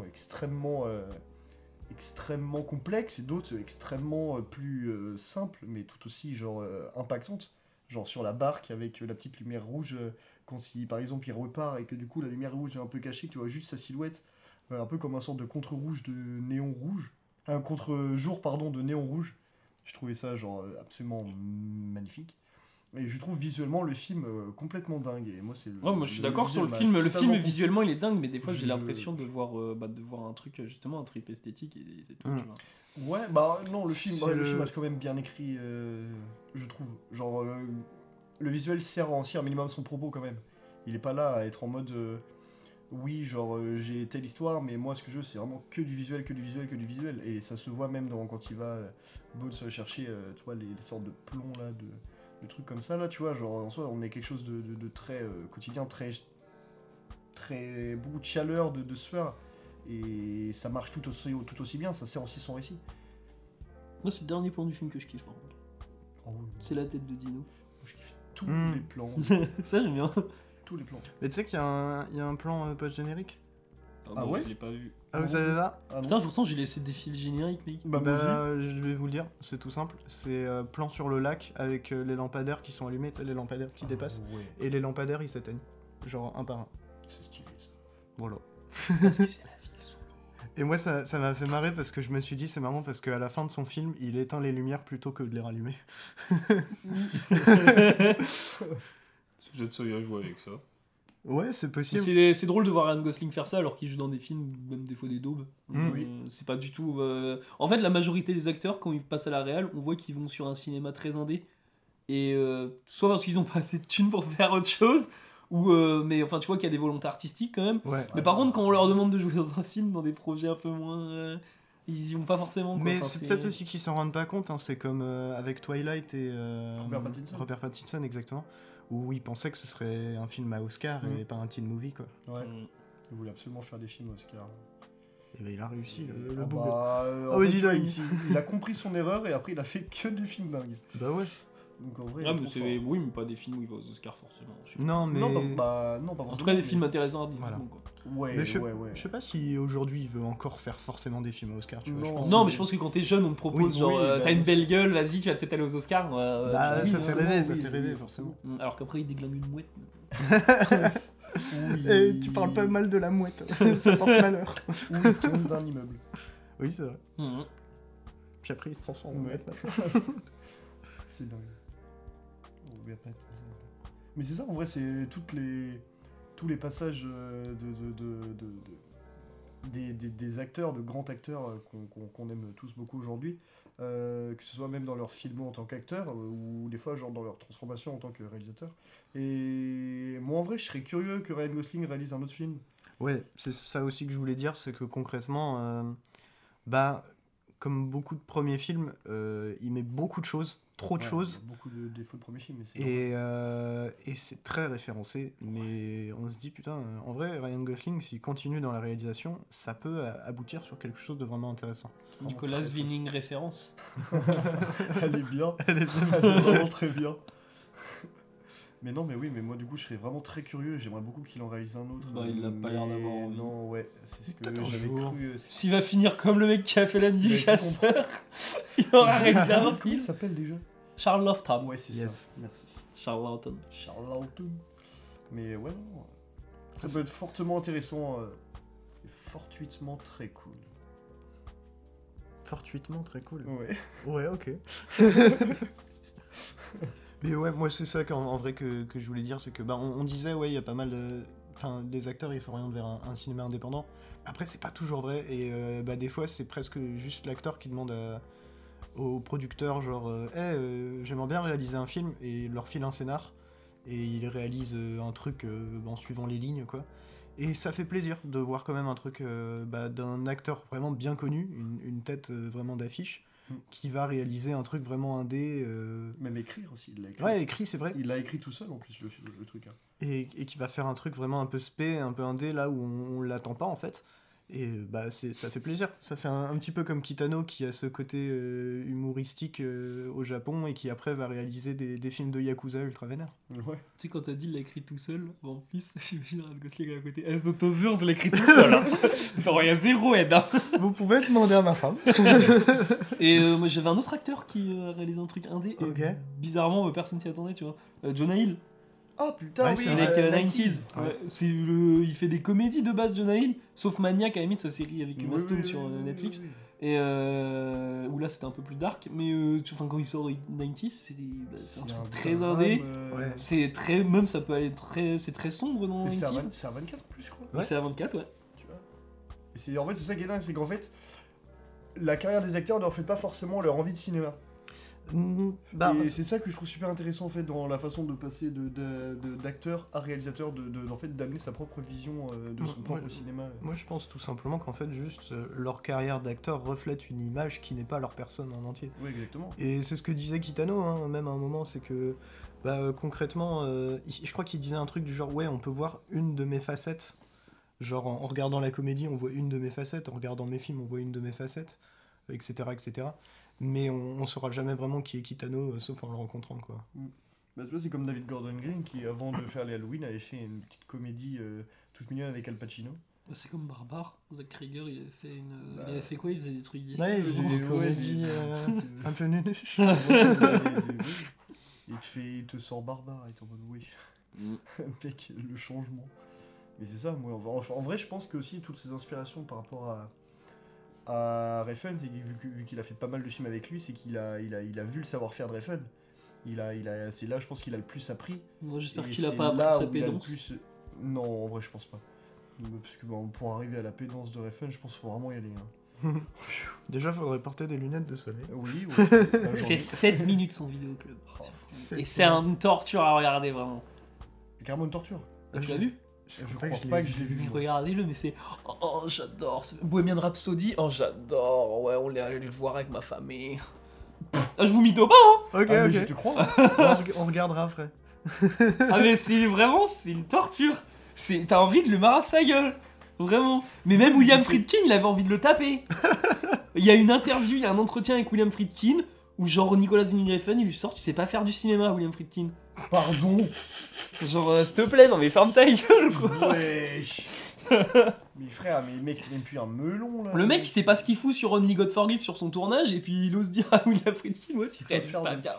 extrêmement complexe et d'autres extrêmement plus simples mais tout aussi genre impactantes. Genre sur la barque avec la petite lumière rouge quand par exemple il repart et que du coup la lumière rouge est un peu cachée, que tu vois juste sa silhouette, un peu comme un sorte de contre-rouge de néon rouge. Un contre-jour pardon de néon rouge. Je trouvais ça genre absolument magnifique. Et je trouve visuellement le film complètement dingue. Et moi, Ouais, moi je suis d'accord sur le visuel film. m'a Le totalement film visuellement il est dingue, mais des fois j'ai Je- l'impression de voir un truc, justement un trip esthétique et c'est tout. Mm. Tu vois. Ouais, bah non, le film, C'est le le- film reste quand même bien écrit, je trouve. Genre, le visuel sert aussi un minimum son propos quand même. Il est pas là à être en mode oui, genre j'ai telle histoire, mais moi ce que je veux c'est vraiment que du visuel, que du visuel, que du visuel. Et ça se voit même quand il va Bones chercher tu vois, les sortes de plombs là, de trucs comme ça là, tu vois. Genre en soi on est quelque chose de très quotidien, très beaucoup de chaleur, de sueur. Et ça marche tout aussi bien, ça sert aussi son récit. Moi, c'est le dernier plan du film que je kiffe par contre. Oh, oui. C'est la tête de Dino. Moi, je kiffe tous les plans. Ça, j'aime bien. Tous les plans. Mais tu sais qu'il y a un plan post-générique. Ah non, ouais je l'ai pas vu. Ah, vous savez pas? Ah non. Putain, pourtant, j'ai laissé défiler le générique, mec. Bah, moi aussi. Je vais vous le dire, c'est tout simple. C'est plan sur le lac avec les lampadaires qui sont allumés, tu sais, les lampadaires qui dépassent. Ouais, Et les lampadaires ils s'éteignent. Genre un par un. c'est stylé ça. Voilà. Parce que c'est la ville sous l'eau. Et moi ça m'a fait marrer parce que je me suis dit c'est marrant parce qu'à la fin de son film il éteint les lumières plutôt que de les rallumer. Je te souviens jouer avec ça. Ouais c'est possible. C'est drôle de voir Ryan Gosling faire ça alors qu'il joue dans des films, même des fois des daubes. Oui. C'est pas du tout. En fait, la majorité des acteurs, quand ils passent à la réal, on voit qu'ils vont sur un cinéma très indé. Et soit parce qu'ils ont pas assez de thunes pour faire autre chose, ou mais enfin, tu vois qu'il y a des volontés artistiques quand même. Ouais. Mais par contre, quand on leur demande de jouer dans un film, dans des projets un peu moins. Ils y vont pas forcément. Quoi. Mais Enfin, c'est peut-être aussi qu'ils s'en rendent pas compte, hein. C'est comme avec Twilight et Robert Pattinson. exactement, où ils pensaient que ce serait un film à Oscar et pas un teen movie quoi. Ouais. Mm. Il voulait absolument faire des films Oscar. Et ben il a réussi le Ah bougre. bah, en Ah oui, fait, dis tu vois, donc. il a compris son erreur et après il a fait que des films dingues. Bah ouais. Donc en vrai, Ah, il est mais trop c'est fort. oui, mais pas des films où il va aux Oscars forcément. Non mais. Non, non, pas En forcément. tout cas, des mais- films intéressants artistiquement. Voilà. Quoi. Ouais, Mais je ouais. sais pas si aujourd'hui il veut encore faire forcément des films à Oscar, tu vois. Non. Je pense Non, que- mais je pense que quand t'es jeune, on te propose Oui, genre oui, t'as une belle gueule, vas-y, tu vas peut-être aller aux Oscars. Bah, oui, ça hein. fait rêver, ça fait rêver, forcément. forcément. Alors qu'après, il déglingue une mouette. Oui. Et tu parles pas mal de la mouette, ça porte malheur. Ou il tombe d'un immeuble. Oui, c'est vrai. Mhm. Puis après il se transforme en Ouais. mouette. C'est dingue. Oh, il y a pas de- Mais c'est ça, en vrai, c'est tous les passages des acteurs, de grands acteurs qu'on aime tous beaucoup aujourd'hui, que ce soit même dans leur film en tant qu'acteur, ou des fois genre dans leur transformation en tant que réalisateur. Et moi, en vrai, je serais curieux que Ryan Gosling réalise un autre film. Ouais, c'est ça aussi que je voulais dire, c'est que concrètement, bah, comme beaucoup de premiers films, il met beaucoup de choses, trop de Ouais, choses, il y a beaucoup de défauts de premier film, mais c'est normal. et c'est très référencé, mais on se dit, putain, en vrai, Ryan Gosling, s'il continue dans la réalisation, ça peut aboutir sur quelque chose de vraiment intéressant. Nicolas très Winding référence. Elle est bien. Elle est bien. Elle est vraiment très bien. Mais non, mais oui, mais moi du coup je serais vraiment très curieux. J'aimerais beaucoup qu'il en réalise un autre. Bah, il a pas l'air mais d'avoir envie. Non, ouais, c'est ce que Peut-être un j'avais jour. cru. S'il va finir comme le mec qui a fait la nuit du Mais chasseur, il aura réalisé un Comment film. il s'appelle déjà? Charles Lofton. Ouais, c'est Yes. ça. Merci. Charles Lofton. Charlotte. Mais ouais, non. Ça peut être fortement intéressant et fortuitement très cool. Fortuitement très cool. Ouais. Ouais, ok. Mais ouais, moi c'est ça en vrai que je voulais dire, c'est que bah, on disait, ouais, il y a pas mal de... Enfin, les acteurs, ils s'orientent vers un cinéma indépendant. Après, c'est pas toujours vrai, et bah, des fois, c'est presque juste l'acteur qui demande au producteur, genre, j'aimerais bien réaliser un film, et il leur file un scénar, et il réalise un truc en suivant les lignes, quoi. Et ça fait plaisir de voir quand même un truc d'un acteur vraiment bien connu, une tête vraiment d'affiche, qui va réaliser un truc vraiment indé. Même écrire aussi, il l'a écrit. Ouais, écrit, c'est vrai. Il l'a écrit tout seul en plus, le truc. Hein. Et qui va faire un truc vraiment un peu spé, un peu indé, là où on l'attend pas en fait. Et bah ça fait plaisir. Ça fait un petit peu comme Kitano qui a ce côté humoristique au Japon et qui après va réaliser des films de Yakuza ultra vénères. Ouais. Tu sais, quand t'as dit il l'a écrit tout seul, bon, en plus, j'imagine Ryan Gosling à côté. Est-ce que t'as vu, on l'a écrit tout seul hein. Genre, il y a zéro aide. Hein. Vous pouvez demander à ma femme. Et moi, j'avais un autre acteur qui a réalisé un truc indé. Et Ok. bizarrement, personne s'y attendait, tu vois. Jonah Hill. Oh putain, Ouais, oui, c'est Avec 90s. 90s. Ouais, il fait des comédies de base, Jonah Hill, sauf Maniac, à la limite, sa série avec Emma Oui, Stone oui, sur oui, oui, Netflix. oui, Et où là, c'était un peu plus dark. Mais quand il sort 90s, c'est un truc très drame, indé. Ouais. C'est très. Même ça peut aller très. C'est très sombre dans Mais c'est à 90s. 20 c'est à 24 en plus, je crois. Ouais. C'est à 24, ouais. Tu vois. Et en fait, c'est ça qui est dingue, c'est qu'en fait, la carrière des acteurs ne reflète pas forcément leur envie de cinéma. Bah, Et c'est ça que je trouve super intéressant en fait dans la façon de passer d'acteur à réalisateur, en fait d'amener sa propre vision de son propre cinéma. moi je pense tout simplement qu'en fait juste leur carrière d'acteur reflète une image qui n'est pas leur personne en entier. Oui, exactement. Et c'est ce que disait Kitano, hein, même à un moment, c'est que concrètement, je crois qu'il disait un truc du genre ouais, on peut voir une de mes facettes. Genre en regardant la comédie, on voit une de mes facettes, en regardant mes films, on voit une de mes facettes, etc. etc. Mais on saura jamais vraiment qui est Kitano, sauf en le rencontrant, quoi. Bah, tu vois, c'est comme David Gordon Green qui, avant de faire les Halloween, avait fait une petite comédie toute mignonne avec Al Pacino. C'est comme Barbare. Zach Krieger, il avait fait quoi? Il faisait des trucs Disney. Ouais, il faisait des Ouais, comédies un peu nunuches. Il te sort barbare et t'es en mode oui. Mec, le changement. Mais c'est ça, moi, en vrai, je pense que aussi toutes ces inspirations par rapport à Refn, c'est que vu qu'il a fait pas mal de films avec lui, c'est qu'il a vu le savoir-faire de Refn. C'est là, je pense qu'il a le plus appris. Moi, j'espère Et qu'il a c'est pas là appris sa où il a le pédance. plus- Non, en vrai, je pense pas. Parce que pour arriver à la pédance de Refn, je pense qu'il faut vraiment y aller. Hein. Déjà, faudrait porter des lunettes de soleil. Oui, Il fait 7 minutes son vidéoclub. Oh, Et c'est une torture à regarder, vraiment. carrément une torture. Tu l'as vu? Je crois pas que je l'ai vu. Mais regardez-le, mais c'est... Oh, j'adore ce... Bohemian Rhapsody, oh, j'adore. Ouais, on est allé le voir avec ma famille. Ah, je vous mytho pas, hein. Ok, Ah, mais je ok. te crois. On regardera après. Ah, mais c'est vraiment... C'est une torture. T'as envie de lui marrer sa gueule. Vraiment. Mais même William Friedkin, il avait envie de le taper. Il y a une interview, il y a un entretien avec William Friedkin où genre Nicolas Winding Refn, il lui sort, tu sais pas faire du cinéma, William Friedkin. Pardon. Genre, s'il te plaît, non mais ferme ta gueule, quoi. Wesh. Mais frère, mais mec, c'est même plus un melon là. Le mec, il sait pas ce qu'il fout sur Only God Forgive sur son tournage, et puis il ose dire à William Friedkin, ouais, tu réalises pas bien.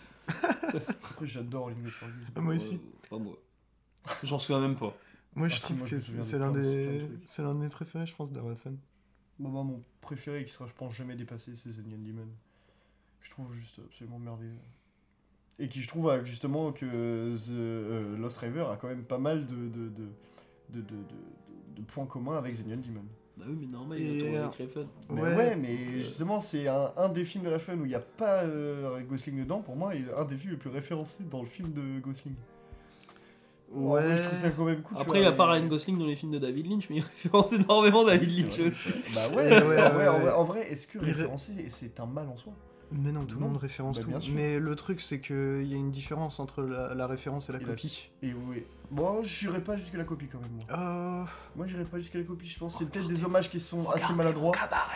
Après, j'adore les Forgive. Moi aussi. Pas moi. J'en souviens même pas. Moi, je Ah, si, trouve moi, que je me souviens c'est de l'un plein de des... trucs. c'est l'un de mes préférés, je pense, d'Arefan. Moi, mon préféré qui sera, je pense, jamais dépassé, c'est The Neon Demon. Je trouve juste absolument merveilleux. Et qui, je trouve, justement, que The Lost River a quand même pas mal de points communs avec The Neon Demon. Bah oui, mais normal, Et, il va tourner avec Refn. Mais ouais, mais justement, c'est un des films de Refn où il n'y a pas Gosling dedans, pour moi, et un des films les plus référencés dans le film de Gosling. Ouais, je trouve ça quand même cool. Après, il y a pas Ryan Gosling dans les films de David Lynch, mais il référence énormément David Lynch aussi. Bah ouais, Ouais. en vrai, est-ce que référencer, c'est un mal en soi? Mais non, tout le Non. monde référence Bah, tout. bien sûr. Mais le truc, c'est qu'il y a une différence entre la référence et la Et copie. Et oui. Moi, j'irai pas jusqu'à la copie quand même. Moi, j'irai pas jusqu'à la copie. Je pense que c'est peut-être des hommages qui sont assez maladroits.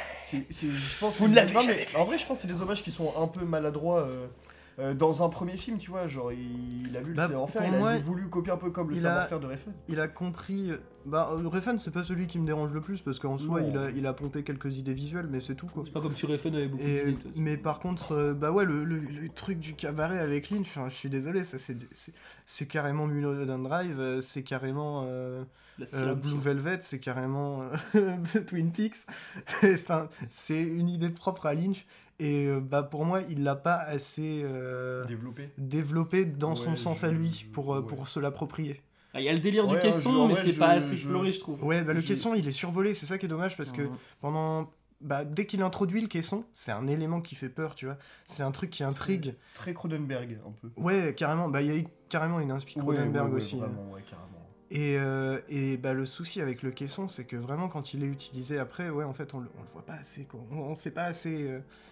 Je pense Vous que ne l'avez non, jamais mais fait. En vrai, je pense que c'est des hommages qui sont un peu maladroits. Dans un premier film, tu vois, genre il a vu Bah, le savoir-faire, pour il a moi, voulu copier un peu comme le savoir-faire de Refn. Il a compris. Refn, c'est pas celui qui me dérange le plus parce qu'en soi, Non. il a pompé quelques idées visuelles, mais c'est tout quoi. C'est pas comme si Refn avait beaucoup d'idées. toi. Mais par contre, bah ouais, le truc du cabaret avec Lynch, je suis désolé, ça c'est carrément Mulholland Drive, c'est carrément La silence. Blue Velvet, c'est carrément Twin Peaks. Enfin, c'est une idée propre à Lynch. Et bah pour moi, il l'a pas assez développé dans son sens à lui pour se l'approprier. Ah, il y a le délire du Ouais, caisson, mais ouais, c'est pas assez exploré, je trouve. Ouais, bah le caisson, il est survolé, c'est ça qui est dommage parce que pendant... Bah, dès qu'il introduit le caisson, c'est un élément qui fait peur, tu vois. C'est un truc qui intrigue. Très Cronenberg, un peu. Ouais, carrément. Bah, il y a eu carrément une inspiration Cronenberg aussi. Vraiment, ouais, carrément. Et bah, le souci avec le caisson, c'est que vraiment, quand il est utilisé après, ouais, en fait, on le voit pas assez, quoi. On sait pas assez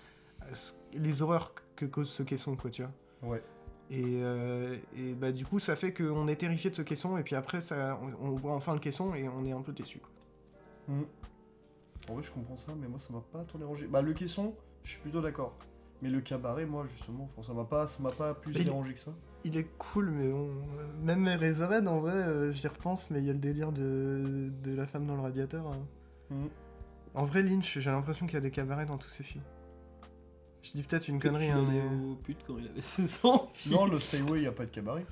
les horreurs que cause ce caisson, quoi, tu vois. Ouais. Et bah, du coup, ça fait qu'on est terrifié de ce caisson, et puis après, on voit enfin le caisson, et on est un peu déçu, quoi. En vrai, je comprends ça, mais moi, ça m'a pas trop dérangé. Bah, le caisson, je suis plutôt d'accord. Mais le cabaret, moi, justement, ça m'a pas plus dérangé que ça. Il est cool, mais même Razorhead, en vrai, j'y repense, mais il y a le délire de la femme dans le radiateur. Hein. En vrai, Lynch, j'ai l'impression qu'il y a des cabarets dans tous ses films. Je dis peut-être une connerie, hein, mais... au pute quand il avait 16 ans. Non, le Stayway, y a pas de cabaret.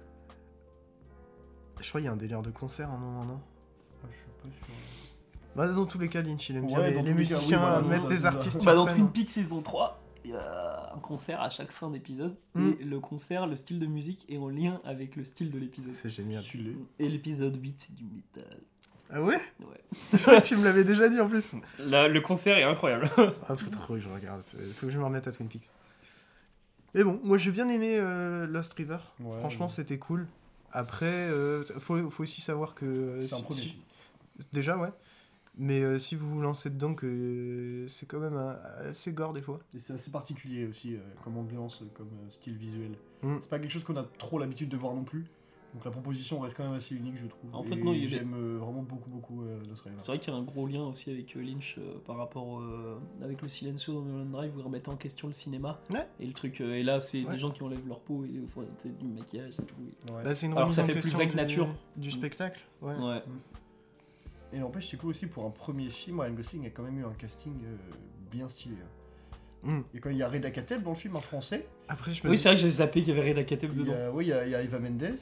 Je crois qu'il y a un délire de concert à un moment, non? Ah, je suis pas sûr. Bah, dans tous les cas, Lynch, il aime bien Ouais, dans les tous les cas, musiciens oui, voilà, mettre ça, des c'est artistes ça. Bah, sur dans scène. Twin Peaks saison 3, il y a un concert à chaque fin d'épisode. Et le concert, le style de musique est en lien avec le style de l'épisode. C'est génial. Et l'épisode 8, c'est du métal. Ah ouais? Ouais. Je crois que tu me l'avais déjà dit en plus. Là, le concert est incroyable. Ah, faut trop que je regarde. Faut que je me remette à Twin Peaks. Mais bon, moi j'ai bien aimé Lost River. Ouais, Franchement, ouais. c'était cool. Après, faut aussi savoir que... C'est un premier film. Déjà, ouais. Mais si vous vous lancez dedans, que c'est quand même assez gore des fois. Et c'est assez particulier aussi comme ambiance, comme style visuel. Mm. C'est pas quelque chose qu'on a trop l'habitude de voir non plus. Donc la proposition reste quand même assez unique, je trouve. En fait, Et non, il y a j'aime vraiment beaucoup Lost River. C'est vrai qu'il y a un gros lien aussi avec Lynch par rapport avec le Silencio dans Mulholland Drive où il remettait en question le cinéma. Ouais. Et le truc, et là, c'est Ouais. des gens qui enlèvent leur peau et font du maquillage et tout. Ouais. Bah, c'est une Alors remise ça en fait plus question vrai que nature. du spectacle. Ouais. Ouais. Et n'empêche, c'est cool aussi pour un premier film. Ryan Gosling a quand même eu un casting bien stylé. Mm. Et quand il y a Reda Kateb dans le film en français, Après, je me Oui, dis, c'est vrai que j'ai zappé qu'il y avait Reda Kateb il y dedans. a, oui, il y a Eva Mendes.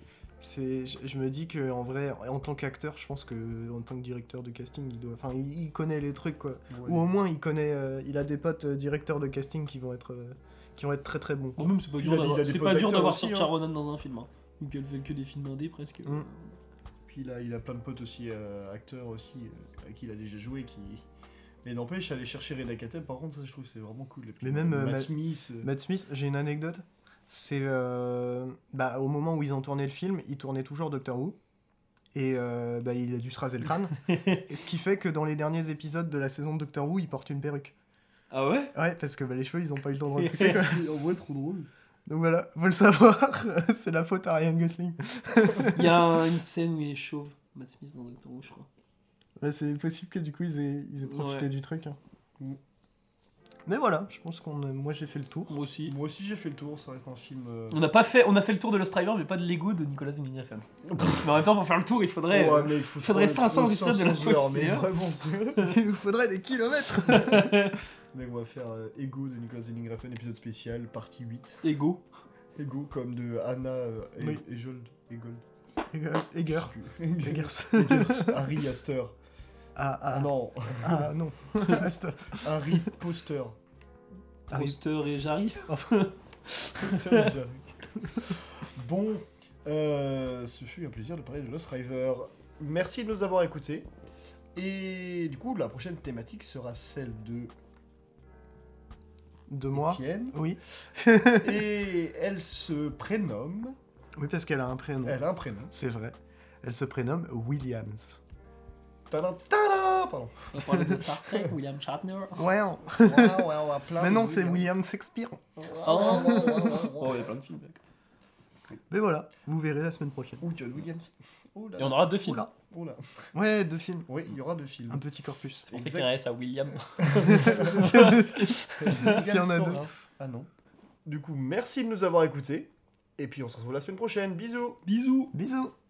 je me dis que en vrai, en tant qu'acteur, je pense que en tant que directeur de casting, il connaît les trucs quoi. Ouais. Ou au moins, il a des potes directeurs de casting qui vont être très très bons. Bon, même, c'est pas Il dur a d'avoir, des c'est potes pas dur acteurs d'avoir aussi, Saoirse hein. Ronan dans un film. Hein. Donc elle fait que des films indés presque. Mm. Puis il a plein de potes aussi, acteurs aussi, avec qui il a déjà joué. Mais n'empêche, aller chercher Reda Kateb, par contre, ça je trouve c'est vraiment cool. Et puis, Mais même, Matt Smith. Matt Smith, j'ai une anecdote. C'est au moment où ils ont tourné le film, ils tournaient toujours Doctor Who. Et il a dû se raser le crâne. Et ce qui fait que dans les derniers épisodes de la saison de Doctor Who, il porte une perruque. Ah ouais. Ouais, parce que les cheveux, ils ont pas eu le temps de repousser. Quoi. En vrai, trop drôle. Donc voilà, faut le savoir. C'est la faute à Ryan Gosling. Il y a une scène où il est chauve. Matt Smith dans Doctor Who, je crois. Ouais, c'est possible que du coup, ils aient profité Ouais. du truc. Hein. Mm. Mais voilà, je pense moi j'ai fait le tour. Moi aussi. Moi aussi, j'ai fait le tour, ça reste un film. On a fait le tour de Lost River, mais pas de Lego de Nicolas Winding Refn. Mais en même temps, pour faire le tour, il faudrait. Ouais, mais il faudrait 500 épisodes de la heures, mais Fox, vraiment. Il nous faudrait des kilomètres. Mais on va faire Ego de Nicolas Winding Refn, épisode spécial, partie 8. Ego. Ego, comme de Anna Oui. Egold. Eger. Egers. Egers. Harry Astor. Ah Non, non. Asta. Harry Poster. Harry- Poster et Jarry. Poster et Harry. Bon, ce fut un plaisir de parler de Lost River. Merci de nous avoir écoutés. Et du coup, la prochaine thématique sera celle De moi. Étienne. Oui. Et elle se prénomme. Oui, parce qu'elle a un prénom. Elle a un prénom. C'est vrai. Elle se prénomme Williams. Tadam, tadam, pardon. On va parler de Star Trek, William Shatner. Ouais. Ouais, Maintenant, c'est William Shakespeare. Oh, il y a plein de films. d'accord. Mais voilà, vous verrez la semaine prochaine. Ou John Williams. Oh là Et on aura 2 films. Oula. Oh là. Ouais, 2 films. Oui, il y aura 2 films. Un petit corpus. C'est pour ça qu'il reste à William. Parce qu'il y a 2 films. Parce qu'il y en a 2. Ah non. Du coup, merci de nous avoir écoutés. Et puis on se retrouve la semaine prochaine. Bisous. Bisous. Bisous.